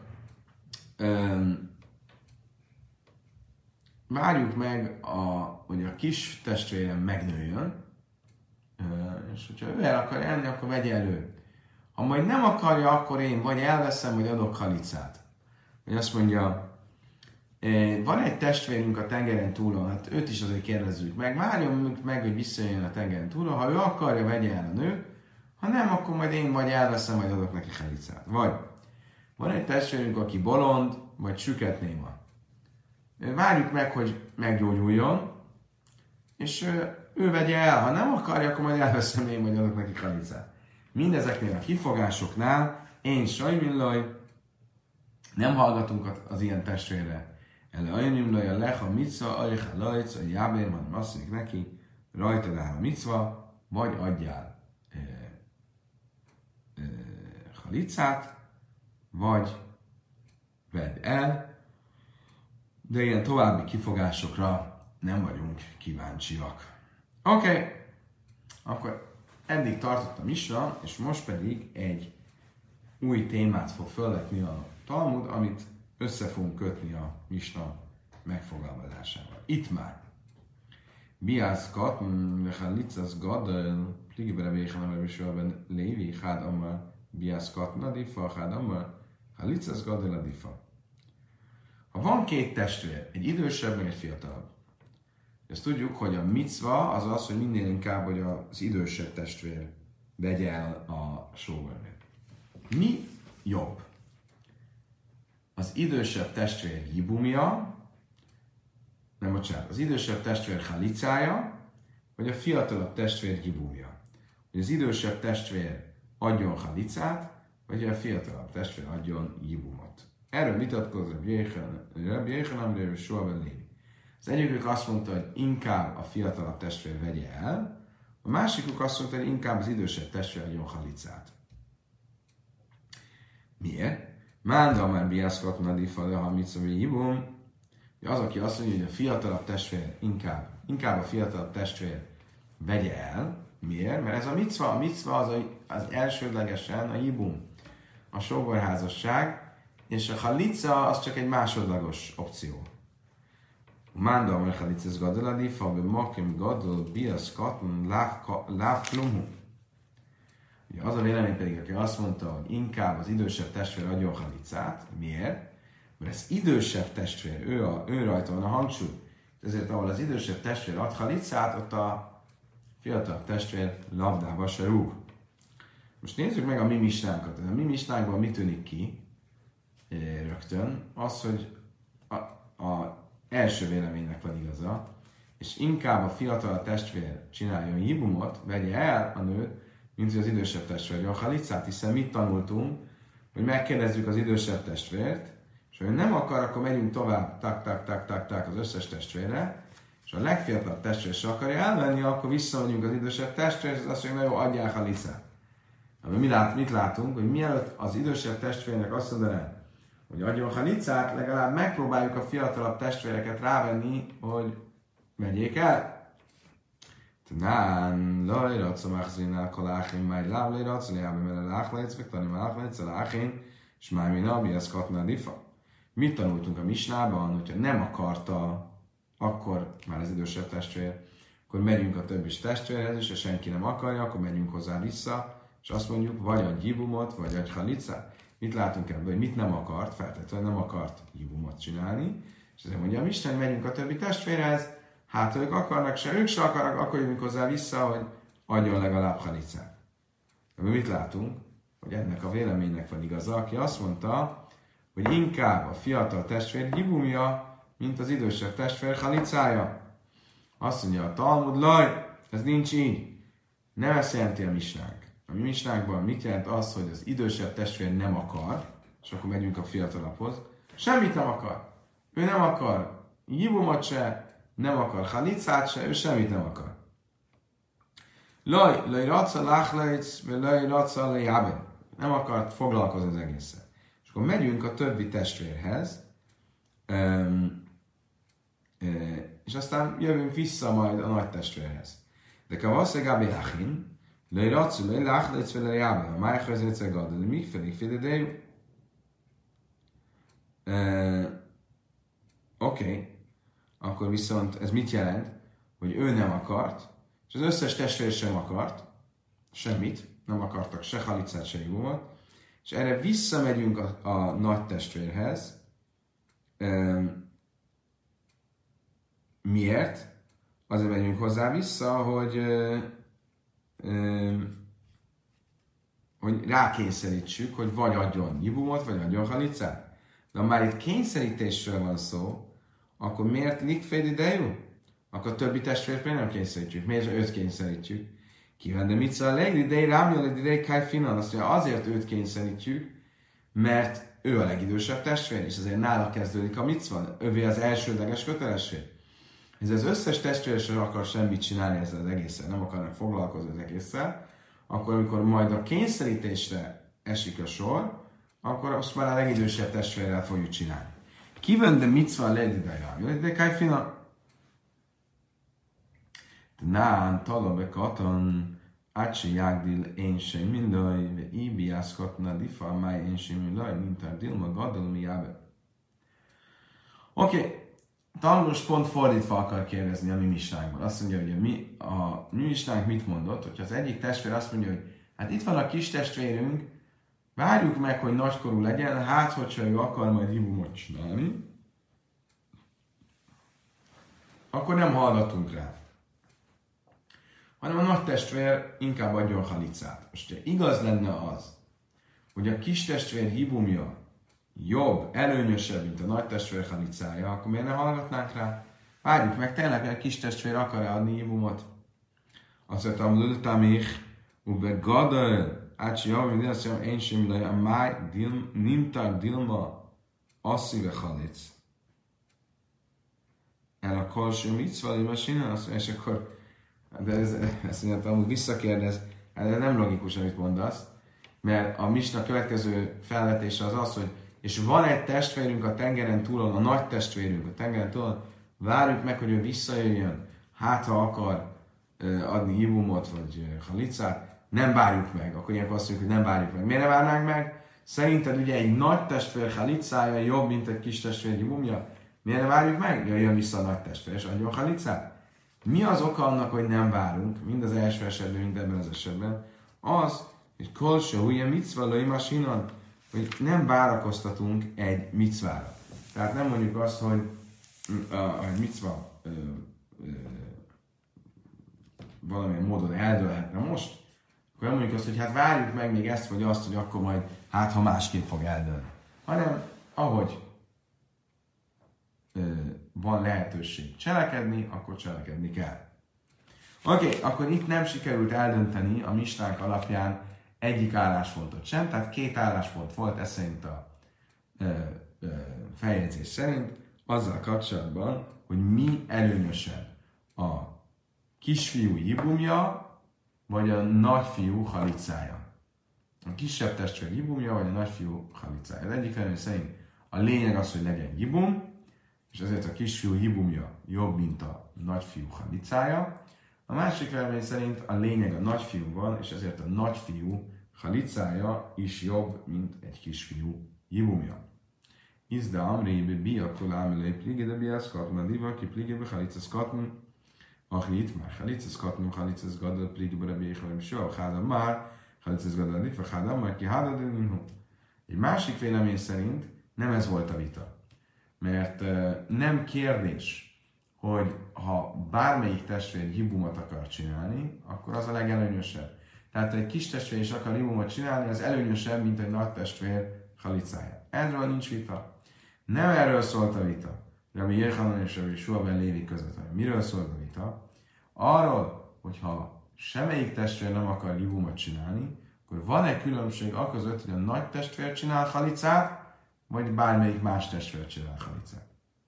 várjuk meg, hogy a kis testvérem megnőjön, és hogyha ő el akarja enni, akkor vegye elő. Ha majd nem akarja, akkor én vagy elveszem, vagy adok halicát. Vagy azt mondja, van egy testvérünk a tengeren túlon, hát őt is azért kérdezzük meg, várjon meg, hogy visszajön a tengeren túlon, ha ő akarja, vegye el a nő, ha nem, akkor majd én vagy elveszem, vagy adok neki halicát. Vagy van egy testvérünk, aki bolond, vagy süket néma. Várjuk meg, hogy meggyógyuljon, és ő vegye el, ha nem akarja, akkor majd elveszem én, vagy adok neki halicát. Mindezeknél a kifogásoknál én sajmillaj, nem hallgatunk az ilyen testvérre. Ele ajnimlaj a lecha micva, ajha lajc, a jábér, hanem azt mondjuk neki, rajtad áll a micva, vagy adjál halicát, vagy vedd el, de ilyen további kifogásokra nem vagyunk kíváncsiak. Oké, akkor eddig tartott a misra, és most pedig egy új témát fog fölvetni a Talmud, amit össze fogunk kötni a misna megfogalmazásával. Itt már. Biászkat, lechalicaz gadol, pligibere véchanamar visőben lévi, hád amar, biászkat nadifa, hád amar, halicaz gadol nadifa. Ha van két testvér, egy idősebb, meg egy fiatalabb, ezt tudjuk, hogy a micva az az, hogy minél inkább, hogy az idősebb testvér vegye el a sógornőt. Mi jobb? Az idősebb testvér jibumia, nem bocsánat, az idősebb testvér halicája, vagy a fiatalabb testvér jibumia. Hogy az idősebb testvér adjon halicát, vagy a fiatalabb testvér adjon jibumot. Erről vitatkozott Rabbi Jéhanan, Rabbi Sua ben Lévi. Az egyikük azt mondta, hogy inkább a fiatalabb testvér vegye el, a másikuk azt mondta, hogy inkább az idősebb testvér adjon halicát. Miért? Mánda már biászkat nadifa, de ha mit szól, hibum. Az, aki azt mondja, hogy a fiatalabb testvér inkább a fiatalabb testvér vegye el. Miért? Mert ez a micva az elsődlegesen a hibum, a sógorházasság, és a halica az csak egy másodlagos opció. Mánda már halicaz gadol adifa, be makim gadol biászkat láv klumhu. Az a vélemény pedig, aki azt mondta, hogy inkább az idősebb testvér adjon halicát. Miért? Mert ez idősebb testvér, ő rajta van a hangsúly. Ezért ahol az idősebb testvér ad halicát, ott a fiatal testvér labdába se rúg. Most nézzük meg a mi misnánkat. A mi misnánkban mi tűnik ki rögtön? Az, hogy a első véleménynek van igaza, és inkább a fiatal testvér csináljon hibumot, vegye el a nőt, mint hogy az idősebb testvér a halicát, hiszen mit tanultunk, hogy megkérdezzük az idősebb testvért, és ha ő nem akar, akkor megyünk tovább, tak az összes testvérre, és a legfiatalabb testvér se akarja elvenni, akkor visszamegyünk az idősebb testvérhez, és azt mondja, na jó, adjál halicát. Mit látunk, hogy mielőtt az idősebb testvérnek azt mondaná, hogy adjon halicát, legalább megpróbáljuk a fiatalabb testvéreket rávenni, hogy vegyék el. Tanán, lajratsz a machzinál kaláchin, máj láb lajratsz, leábe mele láchlejtsz, meg tani máchlejtsz, a láchin, és máj mi nabi, ez katna difa. Mit tanultunk a misnában, hogyha nem akarta, akkor már az idősebb testvér, akkor megyünk a többi testvérhez, és ha senki nem akarja, akkor megyünk hozzá vissza, és azt mondjuk, vagy a gyibumot, vagy a halicát. Mit látunk ebből, hogy mit nem akart, feltétlenül nem akart gyibumot csinálni, és ezért mondja a Misten, megyünk a többi testvérhez, hát ők akarnak se, ők se akarnak, akkor jövünk hozzá vissza, hogy adjon legalább halicát. De mit látunk? Hogy ennek a véleménynek van igaza, aki azt mondta, hogy inkább a fiatal testvér gyibumja, mint az idősebb testvér halicája. Azt mondja a Talmud, laj, ez nincs így. Nem ezt jelenti a misnánk. A mi misnánkban mit jelent az, hogy az idősebb testvér nem akar, és akkor megyünk a fiatalabbhoz. Semmit nem akar. Ő nem akar jibumot se, nem akar halicát se, ő semmit nem akar. Laj raca lachlejc, vagy laj raca lejáben. Nem akart foglalkozni az egészen. És akkor megyünk a többi testvérhez, és aztán jövünk vissza majd a nagy testvérhez. De kavasszeg Gabi Achin, lej racu, lej lachlejc, vagy lejáben. A májhoz egyszer gadol, de még félig félidejű. Oké, akkor viszont ez mit jelent? Hogy ő nem akart, és az összes testvér sem akart, semmit, nem akartak se halicát, se jibumot, és erre visszamegyünk a nagy testvérhez. Miért? Azért megyünk hozzá vissza, hogy rákényszerítsük, hogy vagy adjon jibumot, vagy adjon halicát. De ha már itt kényszerítésről van szó, akkor miért likféd idejű? Akkor a többi testvért miért nem kényszerítjük? Miért őt kényszerítjük? Kíván, de mit szól a legidei, rámjön a idei kájfinan? Azt mondja, azért őt kényszerítjük, mert ő a legidősebb testvér, és azért nála kezdődik a micva, ővé az elsődleges kötelesség. Ez az összes testvér sem akar semmit csinálni ezzel az egésszel, nem akarnak foglalkozni az egésszel, akkor amikor majd a kényszerítésre esik a sor, akkor azt már a legidősebb testvérrel fogjuk csinálni. Kíván, de micva a legidei, rámjön a idei kájfinan? Nán, talabe katan, ácsi jágdil én sem mindaj, ve íbiászkatna difa, máj én sem mindaj, mint a dilma gadalmi jábe. Oké, Talmud pont fordítva akar kérdezni a mi misnánkban. Azt mondja, hogy a mi misnánk mit mondott, hogyha az egyik testvér azt mondja, hogy hát itt van a kis testvérünk, várjuk meg, hogy nagykorú legyen, hát hogyha ő akar majd jibumot csinálni, akkor nem hallgatunk rá. Hanem a nagy testvér inkább adjon halicát. Most, ha igaz lenne az, hogy a kis testvér hibumja jobb, előnyösebb, mint a nagy testvér halicája, akkor miért ne hallgatnánk rá? Várjuk meg, tényleg a kis testvér akar-e adni hibumot? Azt mondtam, lültamich, ube gadol, ácsi javim, de azt mondjam, én sem lej, a máj nimtar dilma asszíve halic. El a kolsó micvali masina, azt mondja, és akkor de ezt mondja, amúgy visszakérdez, ez nem logikus, amit mondasz, mert a misna következő felvetése az az, hogy és van egy testvérünk a tengeren túlon, a nagy testvérünk a tengeren túlon, várjuk meg, hogy ő visszajöjjön, hát ha akar adni hibumot vagy halicát, nem várjuk meg. Akkor ilyenkor azt mondjuk, hogy nem várjuk meg. Miért ne várnánk meg? Szerinted ugye egy nagy testvér halicája jobb, mint egy kis testvér hibumja? Miért ne várjuk meg? Jöjjön vissza a nagy testvér, és adjon halicát. Mi az oka annak, hogy nem várunk, mind az első esetben, mind ebben az esetben? Az, hogy kolsó, ugye micva lőimasinon, hogy nem várakoztatunk egy micvára. Tehát nem mondjuk azt, hogy a micva valamilyen módon eldőlhetne most, akkor nem mondjuk azt, hogy hát várjuk meg még ezt vagy azt, hogy akkor majd hát ha másképp fog eldőlni. Hanem ahogy van lehetőség cselekedni, akkor cselekedni kell. Oké, akkor itt nem sikerült eldönteni a misnánk alapján egyik álláspontot sem, tehát két álláspont volt ez szerint a feljegyzés szerint, azzal kapcsolatban, hogy mi előnyösebb, a kisfiú hibumja, vagy a nagyfiú halicája. A kisebb testvér hibumja, vagy a nagyfiú halicája. Az egyik előny szerint a lényeg az, hogy legyen hibum, és ezért a kisfiú hibumja jobb, mint a nagyfiú halicája. A A másik vélemény szerint a lényeg a nagyfiú van, és ezért a nagyfiú halicája is jobb, mint egy kisfiú jibumja. Izda amrébe biakol ámilé plige de biaszkatman diva, ki plige be halicaszkatman, ahit már halicaszkatman, halicaszgadal plige be rebéhajm soha, háda már, halicaszgadal diva, háda már ki háda de ninhu. Egy másik vélemény szerint nem ez volt a vita. Mert nem kérdés, hogy ha bármelyik testvér hibumot akar csinálni, akkor az a legelőnyösebb. Tehát ha egy kis testvér is akar hibumot csinálni, az előnyösebb, mint egy nagy testvér halicája. Erről nincs vita. Nem erről szólt a vita. Rabbi Yechanan és Rabbi Yeshua ben Lévi között. Miről szólt a vita? Arról, hogyha semmelyik testvér nem akar hibumot csinálni, akkor van-e különbség aközött, hogy a nagy testvér csinál halicát, vagy bármelyik más testvér csinál halicát.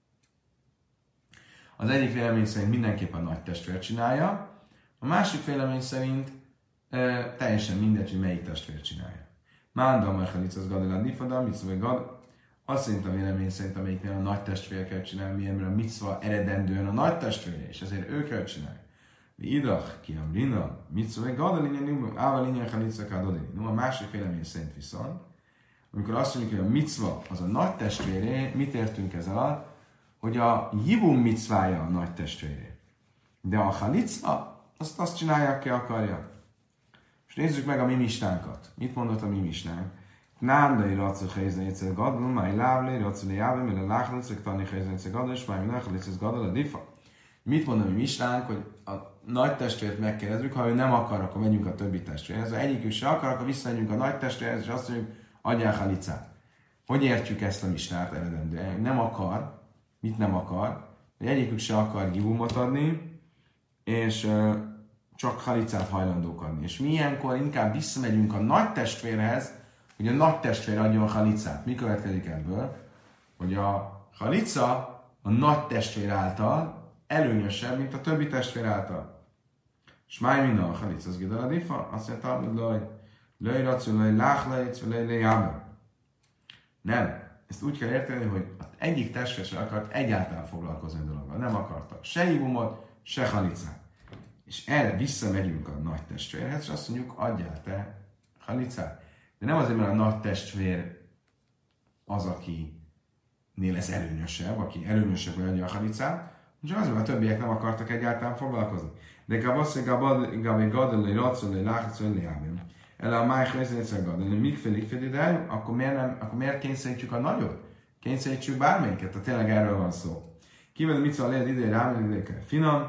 Az egyik vélemény szerint mindenképp a nagy testvér csinálja, a másik vélemény szerint teljesen mindegy, hogy melyik testvér csinálja. Mándam, mert halicaz gadilad nifadam, mitzvah gad. Azt szerint a vélemény szerint, amelyiknél a nagy testvér kell csinálni, milyen, mert a mitzvah eredendően a nagy testvére, és ezért ő kell csinálni. Mi idach, ki amrina, mitzvah gadilin, ávalin, halicaz gadilin. A másik vélemény szerint viszont, amikor azt mondjuk, hogy a mitzvah az a nagy testvéré, mit értünk ez alatt? Hogy a jibum mitzvája a nagy testvéré. De a halica, azt csinálja, aki akarja. És nézzük meg a mi mistánkat. Mit mondott a mi mistánk? Nándai racu helyzen egyszer gadol, máj lávlé, racu lejávé, mert a láhlicek tanni helyzen egyszer gadol, és máj minach gadol a difa. Mit mond a mi mistánk, hogy a nagy testvért megkérdezzük, ha ő nem akar, akkor megyünk a többi testvérhez. Ha egyikük se akar, akkor visszamegyünk a nagy testvérhez, és azt mondjuk, adjál halicát. Hogy értjük ezt a mistát eredendően? Nem akar. Mit nem akar? Hogy egyikük se akar gibumot adni, és csak halicát hajlandók adni. És mi ilyenkor inkább visszamegyünk a nagy testvérhez, hogy a nagy testvér adjon halicát. Mi következik ebből? Hogy a halica a nagy testvér által előnyösebb, mint a többi testvér által. És máj minden a halica az gidal a difa, azt mondta, hogy löj racu, löj láhlejc, löj lejába. Nem. Ezt úgy kell érteni, hogy az egyik testvér sem akart egyáltalán foglalkozni a dologgal. Nem akartak se hibumot, se halicát. És erre visszamegyünk a nagy testvérhez, és azt mondjuk, adjál te halicát. De nem azért, mert a nagy testvér az, akinél ez előnyösebb, aki előnyösebb, hogy adja a halicát, csak azért, mert a többiek nem akartak egyáltalán foglalkozni. De gabi gadolai, racolai, láhacolai, leábjön. Ele a máj helyzetet gadolni, míg félig félidájú, akkor miért kényszerítjük a nagyot? Kényszerítsük bármelyiket, tehát tényleg erről van szó. Kivel a micva lehet idején rámenni, ide kell finom,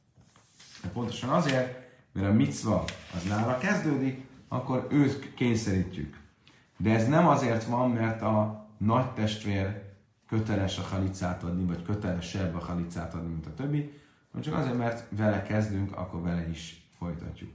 de pontosan azért, mert a micva az nála kezdődik, akkor őt kényszerítjük. De ez nem azért van, mert a nagy testvér köteles a halicát adni, vagy kötelesebb a halicát adni, mint a többi, hanem csak azért, mert vele kezdünk, akkor vele is folytatjuk.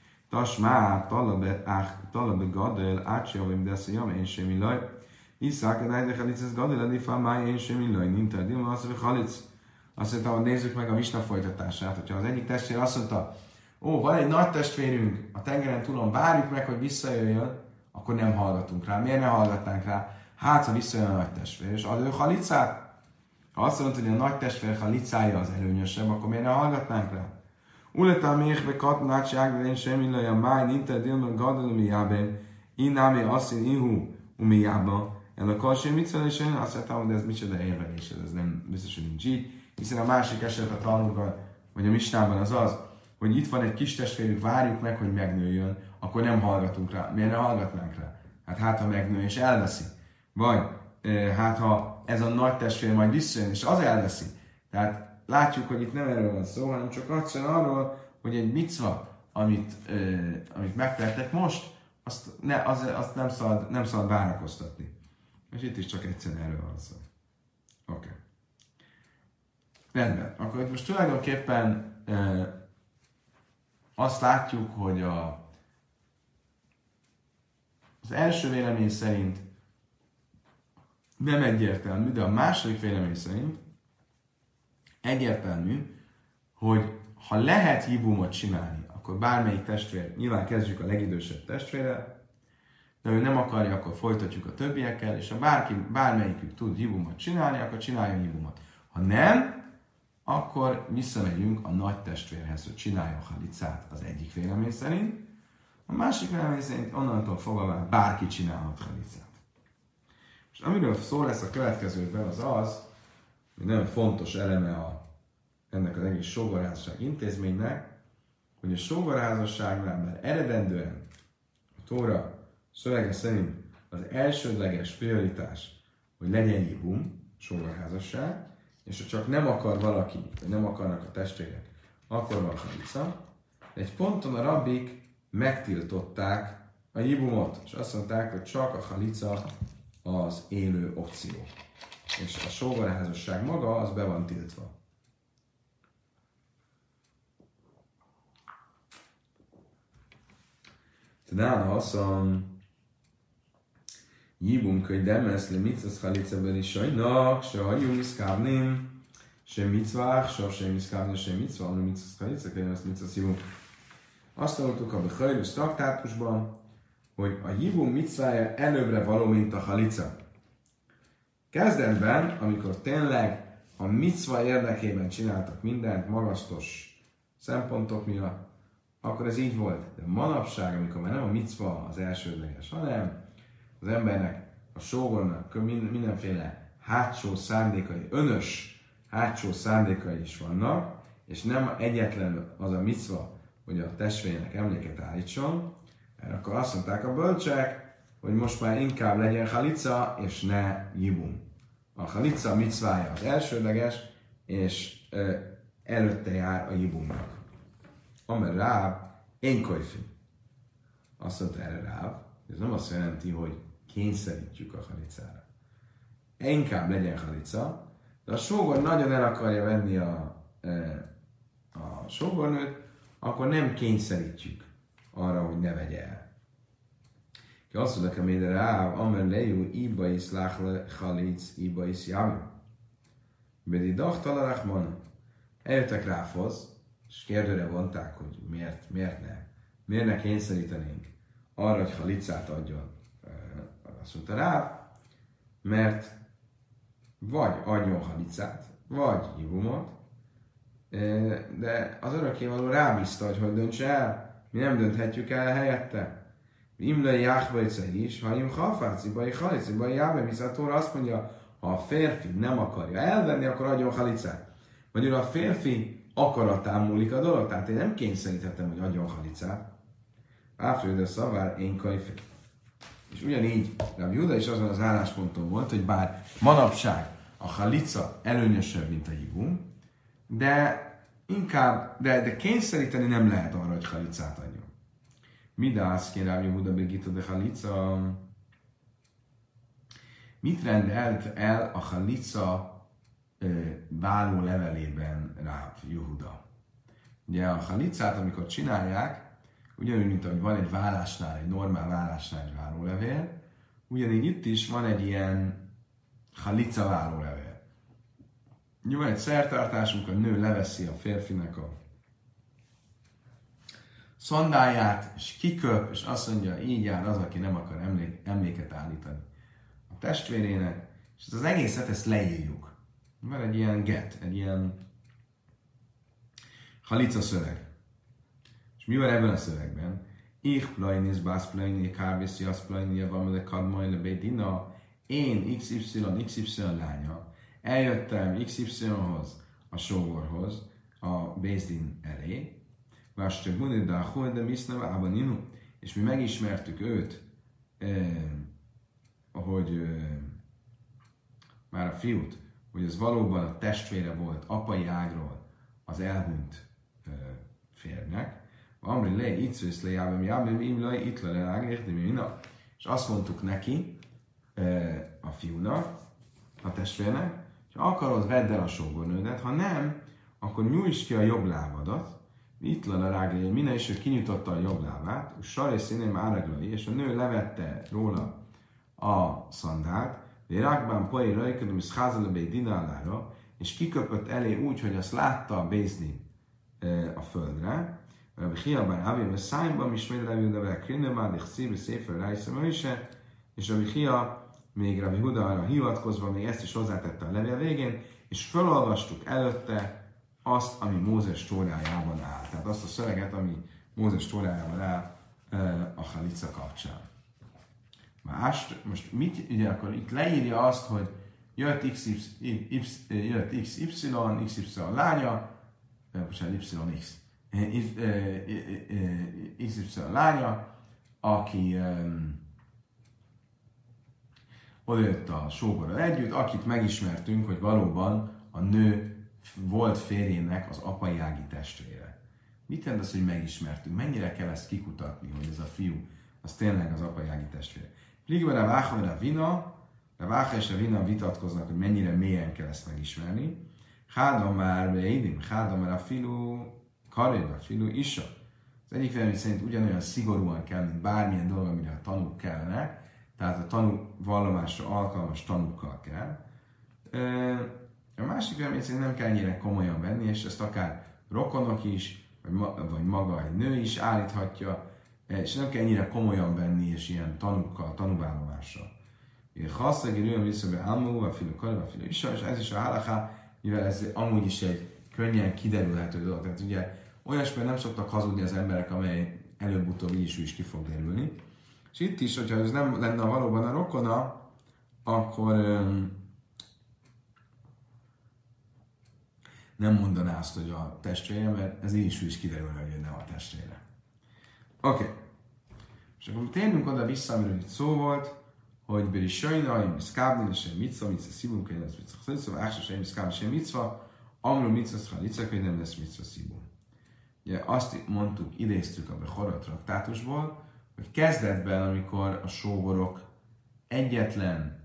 Tasmá, talabe gadel, átsjavim deszajam, én semmi laj. Iszák, a nájde halicesz gadel, adifá, máj, én semmi laj. Ninter, dilma, azt mondja, halic. Azt mondta, hogy nézzük meg a misna folytatását. Hogyha az egyik testvér azt mondta, van egy nagy testvérünk a tengeren túlon, várjuk meg, hogy visszajöjjön, akkor nem hallgatunk rá. Miért ne hallgatnánk rá? Hát, ha visszajön a nagy testvér, és ad ő halicát? Ha azt mondta, hogy a nagy testvér halicája az előnyösebb, akkor miért ne hallgatnánk rá? Uletál méhbe katnácság, de én semmi laj a máj, ninter dilma gadol umijában, inámi asszin ihu umijában. El a kalsé mit szól, és én azt mondtam, hogy ez micsoda érvelés, ez nem biztos, hogy nincs így. Hiszen a másik eset a Talmudban, vagy a Misnában az, hogy itt van egy kis testvérünk, várjuk meg, hogy megnőjön, akkor nem hallgatunk rá. Miért ne hallgatnánk rá? Hát ha megnő és elveszi. Vagy hát ha ez a nagy testvér majd visszajön és az elveszi. Tehát látjuk, hogy itt nem erről van szó, hanem csak egyszerűen arról, hogy egy micva, amit megtettek most, azt nem szabad várakoztatni. És itt is csak egyszerűen erről van szó. Oké. Rendben. Akkor itt most tulajdonképpen azt látjuk, hogy az első vélemény szerint nem egyértelmű, de a második vélemény szerint egyértelmű, hogy ha lehet hibumot csinálni, akkor bármelyik testvér, nyilván kezdjük a legidősebb testvérrel, de ő nem akarja, akkor folytatjuk a többiekkel, és ha bármelyikük tud hibumot csinálni, akkor csináljon hibumot. Ha nem, akkor visszamegyünk a nagy testvérhez, hogy csináljon halicát az egyik vélemény szerint, a másik vélemény szerint onnantól fogva bárki csinálhat halicát. És amiről szó lesz a következőkben az, hogy nagyon fontos eleme ennek az egész sógorházasság intézménynek, hogy a sógorházasságnál már eredendően a Tóra szövege szerint az elsődleges prioritás, hogy legyen jibum, sógorházasság, és ha csak nem akar valaki, vagy nem akarnak a testvérek, akkor van halica. De egy ponton a rabbik megtiltották a jibumot, és azt mondták, hogy csak a halica az élő opció. És a sógorházasság maga, az be van tiltva. Tnán haszon jibum könyvemesz le mitzvah halica is sajnak, se hagyunk miszkávnim, se mitzvah, se miszkávnim, se mitzvah, hanem mitzvah halica, könyvemesz mitzvah jibum. Azt tanultuk a Bechajlus traktátusban, hogy a jibum mitzvája előbbre való, mint a halica. Kezdetben, amikor tényleg a mitzva érdekében csináltak mindent, magasztos szempontok miatt, akkor ez így volt. De manapság, amikor már nem a mitzva az elsődleges, hanem az embernek, a sógornak mindenféle hátsó szándékai, önös hátsó szándékai is vannak, és nem egyetlen az a mitzva, hogy a testvérnek emléket állítson, akkor azt mondták a bölcsek, hogy most már inkább legyen halica, és ne jibum. A halica mitzvája az elsődleges, és előtte jár a jibumnak. Amer Ráb, én kojfi. Azt mondta erre Ráb, ez nem azt jelenti, hogy kényszerítjük a halicára. Inkább legyen halica, de a sógor nagyon el akarja venni a sógornőt, akkor nem kényszerítjük arra, hogy ne vegye el. Ki azt mondja, hogy Ráb, amer lejú, iba is láchle halic, iba is jami. Bedi dachtala rachmana. Eljöttek Rábhoz, és kérdőre vonták, hogy miért ne kényszerítenénk arra, hogy halicát adjon. Azt mondta Ráb, mert vagy adjon halicát, vagy jibumot, de az örökkévaló rábízta, hogy döntse el, mi nem dönthetjük el helyette. Imlai jáhbajca is, ha im halfácibai, halicibai jábe, viszont a Tóra azt mondja, ha a férfi nem akarja elvenni, akkor adjon halicát. Magyarul a férfi akaratán múlik a dolog, tehát én nem kényszeríthetem, hogy adjon halicát. Áfrőde szavár, én kajfé. És ugyanígy Rabbi Júda is azon az állásponton volt, hogy bár manapság a halica előnyösebb, mint a jibum, de kényszeríteni nem lehet arra, hogy halicát adjon. Midász kér Rabbi Júda begita de halica. Mit rendelt el a halica váló levelében Rabbi Júda? Ugye a halicát, amikor csinálják, ugyanúgy, mint ahogy van egy vállásnál, egy normál vállásnál egy vállólevél, ugyanígy itt is van egy ilyen halica vállólevél. Ugye van egy szertartásunk, a nő leveszi a férfinek a szandáját, és kiköp, és azt mondja, így jár az, aki nem akar emléket állítani a testvérének, és az egészet ezt leírjuk. Van egy ilyen egy ilyen halica szöveg. És mi van ebben a szövegben? Ich plainis, bász plaini, kárvészi, azt plaini, van de kadmai lebédina. Én XY lánya. Eljöttem XY-hoz, a sógorhoz, a Bézdin elé. Váscsak munid, de a de misznev ábaninu. És mi megismertük őt, már a fiút, hogy ez valóban a testvére volt apai ágról az elhunyt férjnek. Amri le, itt szősz le, jábem, imlaj, itt le, áglék, de mina. És azt mondtuk neki, a fiúnak, a testvérnek, hogy ha akarod, vedd el a sógornődet, ha nem, akkor nyújtsd ki a jobb lábadat, itt le a ráglé, mina, és ő kinyitotta a jobb lábát, és saré színém áraglai, és a nő levette róla a szandált, de rákbán poé rajkodom, és házalabé dinálára, és kiköpött elé úgy, hogy azt látta a Bézdin a földre, Rabbi Chia Avim a szájban is még Rabbi Huda vele Krinemad, és szívű széfer rájszem őse, és Rabbi Chia még Rabbi Huda arra hivatkozva még ezt is hozzátette a levél végén, és felolvastuk előtte azt, ami Mózes tórájában áll. Tehát azt a szöveget, ami Mózes tórájában áll a halica kapcsán. Most mit, ugye akkor itt leírja azt, hogy jött XY, XY lánya, bocsánat, YX, XY lánya, aki odajött a sógorral együtt, akit megismertünk, hogy valóban a nő volt férjének az apai ági testvére. Mit jelent az, hogy megismertünk? Mennyire kell ezt kikutatni, hogy ez a fiú, az tényleg az apai ági testvére? Rigva a Vácha, a Vina, a Vácha és a Vina vitatkoznak, hogy mennyire mélyen kell ezt megismerni. Hádam már beédim, hádam már a filu, karéba, a filu isa. Az egyik vélemény szerint ugyanolyan szigorúan kell, mint bármilyen dolog, amire a tanúk kellene, tehát a tanú vallomásra alkalmas tanúkkal kell. A másik vélemény szerint nem kell ennyire komolyan venni, és ezt akár rokonok is, vagy maga egy nő is állíthatja, és nem kell ennyire komolyan venni, és ilyen tanúkkal, tanúvállalásra. Haszegi rőn visszabe ámú, a filu karéba, a filu isa, és ez is a halaká, mivel ez amúgy is egy könnyen kiderülhető dolog. Tehát ugye olyasmivel nem szoktak hazudni az emberek, amely előbb-utóbb így is ki fog derülni. És itt is, hogyha ez nem lenne valóban a rokona, akkor nem mondaná azt, hogy a testvére, mert ez így is kiderülne, hogy nem a testvére. Oké. És akkor térjünk oda vissza, amiről itt szó volt, hogy Beri Sajna, Im Szkábni, Sem Mitzva, Mitzva Szibum, Könyv lesz Mitzva Szalica, Áksa Sem Szkábni, Sem Mitzva, Amru Mitzva Szalica, Könyv nem lesz Mitzva Szibum. Ugye azt mondtuk, idéztük a Bechora traktátusból, hogy kezdetben, amikor a sógorok egyetlen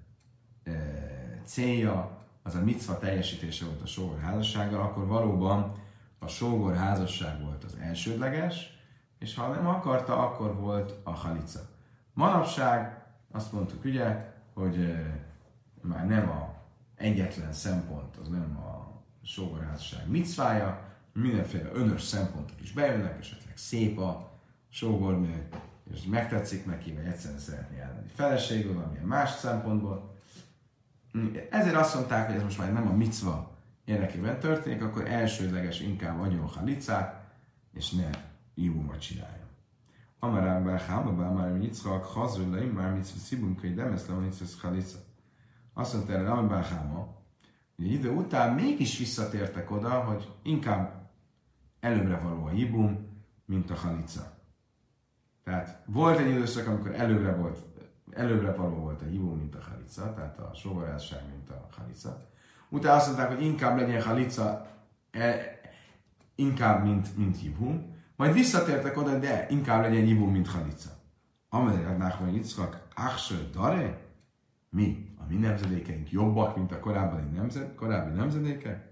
célja az a micva teljesítése volt a sógor házassággal, akkor valóban a sógor házasság volt az elsődleges, és ha nem akarta, akkor volt a halica. Manapság azt mondtuk ugye, hogy már nem a egyetlen szempont, az nem a sógorházasság micvája, mindenféle önös szempontok is bejönnek, esetleg szép a sógornő, és megtetszik neki, vagy egyszerűen szeretné elvenni feleségül, valamilyen más szempontból. Ezért azt mondták, hogy ez most már nem a micva érdekében történik, akkor elsődleges inkább adjon halicát, és ne ívumot csináljon. Amarában Hámabán már Yitzchak hazrulaim már micva szibunkai demeszle van micva halica. Azt mondta erre Amarában Háma, hogy idő után mégis visszatértek oda, hogy inkább előbbre való a hibum, mint a halica. Tehát volt egy időszak, amikor előbbre való volt a hibum, mint a halica, tehát a sógorházasság, mint a halica. Utána azt mondták, hogy inkább legyen halica, inkább, mint hibum. Majd visszatértek oda, de inkább legyen hibum, mint halica. Amelyen Nachman Yitzchak, Achsel Dare? Mi? A mi nemzedékeink jobbak, mint a korábbi nemzedékek?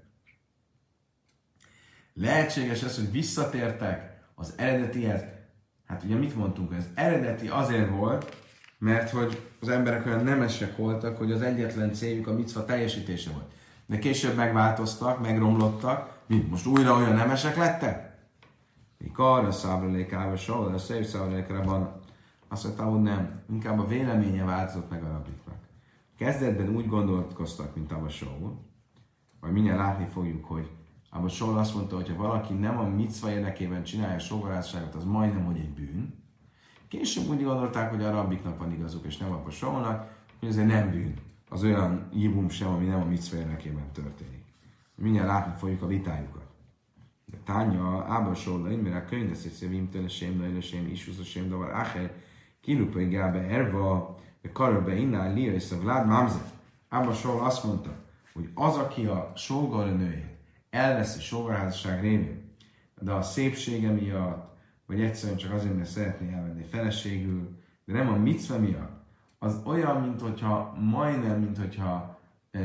Lehetséges ez, hogy visszatértek az eredetihez. Hát ugye mit mondtunk? Az eredeti azért volt, mert hogy az emberek olyan nemesek voltak, hogy az egyetlen céljuk a micva teljesítése volt. De később megváltoztak, megromlottak. Most újra olyan nemesek lettek? Mikor a szábralékával, soha a szép szábralékában azt mondta, hogy nem. Inkább a véleménye változott meg a rabiknak. Kezdetben úgy gondolkoztak, mint Abba Saul, vagy mindjárt látni fogjuk, hogy Abba Saul azt mondta, hogy ha valaki nem a micva érdekében csinálja a sógorházasságot, az majdnem, hogy egy bűn. Később úgy gondolták, hogy a rabbiknak van igazuk, és nem Abba Saulnak, hogy ez nem bűn. Az olyan hibum sem, ami nem a micva érdekében történik. Mindjárt látni fogjuk a vitájukat. De Tánya, Abba Saul, mert a könyvesz, hogy szívim tőle sém, nőle sém, isúsz a sém, davar, áher, kilupai gábe erva, karöbe innál, lia és a vlád mámzet. Abba Saul azt mondta, hogy az, aki a sógornőjét elveszi sógorházasság révén, de a szépsége miatt, vagy egyszerűen csak azért, mert szeretné elvenni feleségül, de nem a micva miatt, az olyan, minthogyha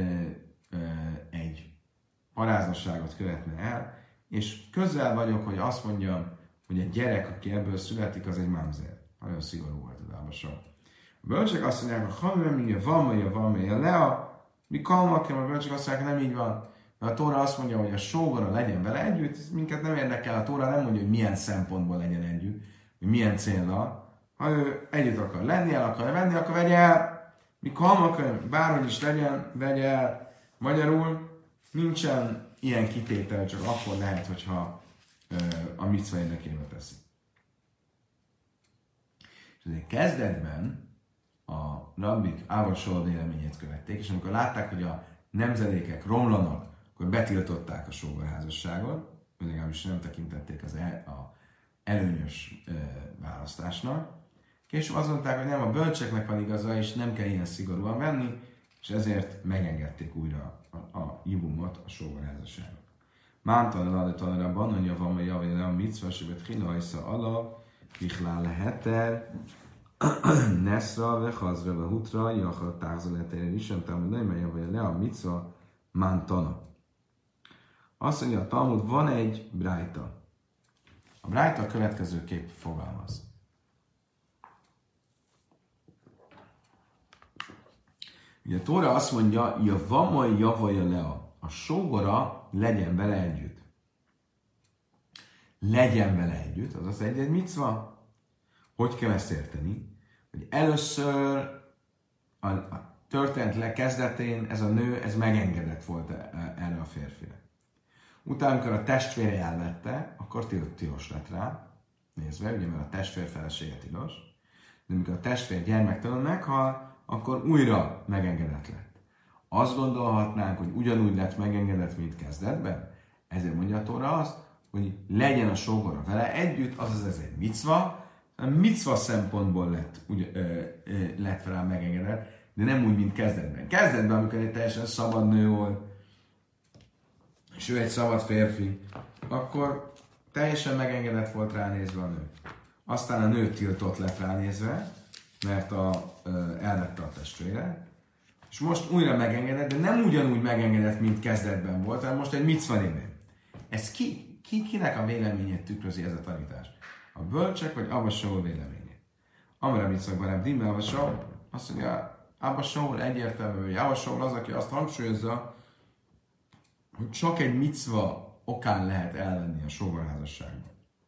egy parázasságot követne el, és közel vagyok, hogy azt mondjam, hogy egy gyerek, aki ebből születik, az egy mamzer. Nagyon szigorú volt az Abba Saul. A bölcsek azt mondják, hogy ha nem mondja, van mely, Lea, mi kalmakem, a bölcsek azt mondják, nem így van. De a Tóra azt mondja, hogy a sógora legyen vele együtt, ez minket nem érdekel. A Tóra nem mondja, hogy milyen szempontból legyen együtt, hogy milyen célra. Ha ő együtt akar lenni, el akar venni, akkor vegye el. Mi kalmakem, bárhogy is legyen, vegye el. Magyarul nincsen ilyen kitétel csak akkor lehet, hogyha a micva érdekében teszi. És azért kezdetben a rabbik Áva véleményét követték, és amikor látták, hogy a nemzedékek romlanak, akkor betiltották a sógorházasságot, legalábbis nem tekintették az előnyös választásnak. Később azt mondták, hogy nem, a bölcseknek van igaza, és nem kell ilyen szigorúan venni, és ezért megengedték újra a jibumot, a sógorházasságot. Mántan alatt hogy van, hogy javére a micva, sebet hinajsza ala, vichlá leheter, neszra, vechazra, vehutra, jachar, tágzaletere, visem, támadai, mert javére le a micva, mántana. Azt mondja a Talmud, van egy brájta. A brájta a következőképp fogalmaz. Ugye a Tóra azt mondja, javamaj javaja lea. A sógora legyen vele együtt. Legyen vele együtt, azaz egy micva. Hogy kell ezt érteni? Hogy először a történet lekezdetén ez a nő, ez megengedett volt erre a férfire. Utána, amikor a testvére elvette, akkor tilos lett rá, nézve, ugye, mert a testvér felesége tilos, de amikor a testvér gyermektelenül meghal, akkor újra megengedett lett. Azt gondolhatnánk, hogy ugyanúgy lett megengedett, mint kezdetben, ezért mondja a Tóra azt, hogy legyen a sógora vele együtt, azaz ez egy micva, a micva szempontból lett rá megengedett, de nem úgy, mint kezdetben. Kezdetben, amikor egy teljesen szabad nő volt, és ő egy szabad férfi, akkor teljesen megengedett volt ránézve a nő. Aztán a nő tiltott lett ránézve, mert elvette a testvére, és most újra megengedett, de nem ugyanúgy megengedett, mint kezdetben volt, hanem most egy micva névén. Ez kinek a véleményét tükrözi ez a tanítás? A bölcsek vagy Abba Saul véleményét? Amire micvakban nem dimmel Abba Saul, azt mondja, Abba Saul egyértelmű, hogy Abba Saul az, aki azt hangsúlyozza, hogy csak egy micva okán lehet elvenni a sógorházasságban.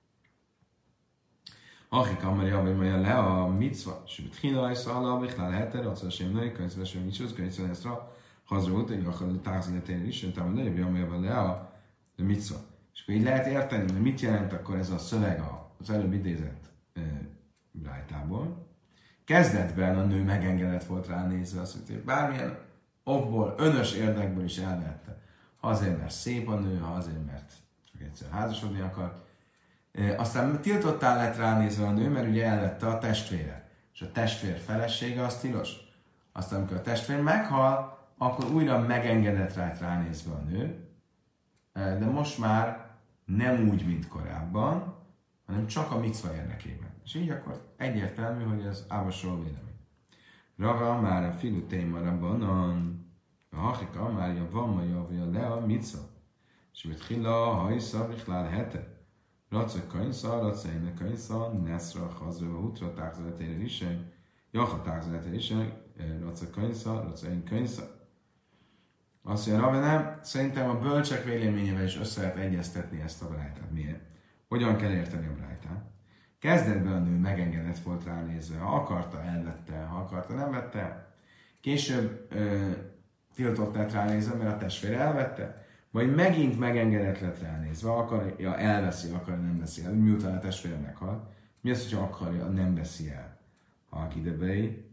Akik amarja, hogy mondja le a micva, és hogy hinajsz ala, vichlál heter, az sem női, könyvszve sem micsoz, könyvszve eszra, hazra út, hogy akar társadalmi is, tehát nagyobb amarja le a micva. És akkor így lehet érteni, hogy mit jelent akkor ez a szöveg az előbb idézett brájtából. Kezdetben a nő megengedett volt ránézve, azt mondta, hogy bármilyen okból, önös érdekből is elvette. Ha azért, mert szép a nő, ha azért, mert csak egyszer házasodni akart. Aztán tiltottál lett ránézve a nő, mert ugye elvette a testvére. És a testvér felesége az tilos. Aztán, amikor a testvér meghal, akkor újra megengedett ránézve a nő, de most már nem úgy, mint korábban, hanem csak a micva érdekében. És így akkor egyértelmű, hogy ez Ábasról vélemény. Rava már a filu témára banan, a hachika már van ma javja le a micva. És mit hila, hajsza, vichlál hete. Raca kanyszar, raca éne kanyszar, neszra, hazra, hutra, tágzaletére risen, jaha tágzaletére risen, raca kanyszar, raca éne kanyszar. Azt mondja, Rave nem, szerintem a bölcsek véleményével is össze lehet egyeztetni ezt a brájtát. Miért? Hogyan kell érteni a brájtát? Kezdetben a nő megengedett volt ránézve, ha akarta, elvette, ha akarta, nem vette. Később tiltott lett ránézve, mert a testvére elvette. Majd megint megengedett lett ránézve, akarja, elveszi, akarja, nem veszi el, miután a testvére meghalt. Mi az, hogyha akarja, nem veszi el? Ha a kidebei,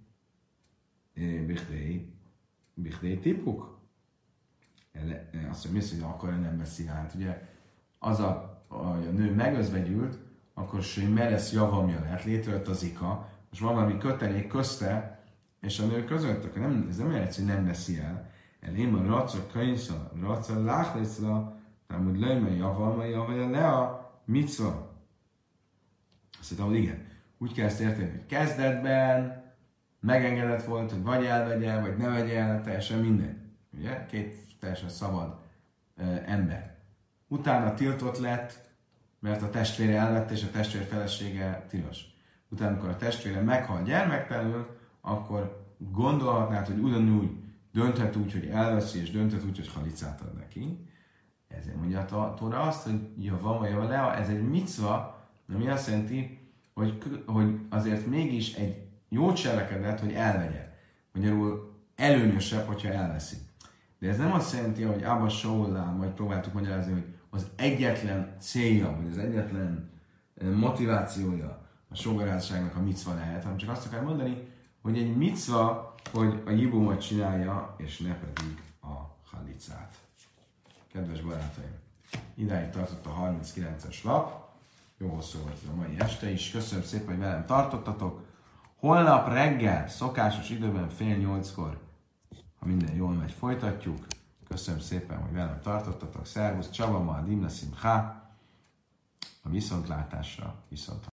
bichdei tipuk? Azt mondja, mi az, hogy akarja, nem veszi el? Hát ugye az a nő megözvegyült, akkor meresz javamja lehet, létrejött az ika, most van valami kötelék közte, és a nő között, akkor ez nem jelent, hogy nem veszi el. Elém a raca könyvsza, raca láhlészla, nem úgy lejmely javalja le a micva. Azt mondtam, hogy igen, úgy kell ezt érteni, hogy kezdetben megengedett volt, hogy vagy elvegye, vagy ne vegye el, teljesen mindegy. Ugye? Két teljesen szabad ember. Utána tiltott lett, mert a testvére elvette, és a testvér felesége tilos. Utána, amikor a testvére meghal gyermektelenül, akkor gondolhatnád, hogy ugyanúgy dönthet úgy, hogy elveszi, és dönthet úgy, hogy halicát ad neki. Ezért mondja a Tóra azt, hogy van le, ez egy micva, ami azt jelenti, hogy azért mégis egy jót cselekedett, hogy elvegye. Magyarul előnyösebb, hogyha elveszi. De ez nem azt jelenti, hogy Abba Saulán, vagy próbáltuk magyarázni, hogy az egyetlen célja, vagy az egyetlen motivációja a sógorázságnak a micva lehet, hanem csak azt akar mondani, hogy egy micva, hogy a jibumot csinálja, és ne pedig a halicát. Kedves barátaim, idáig tartott a 39-es lap. Jó hosszú volt ez a mai este is. Köszönöm szépen, hogy velem tartottatok. Holnap reggel, szokásos időben, 7:30, ha minden jól megy, folytatjuk. Köszönöm szépen, hogy velem tartottatok. Szervusz, Csaba, ma a Dimna Simcha. A viszontlátásra, viszont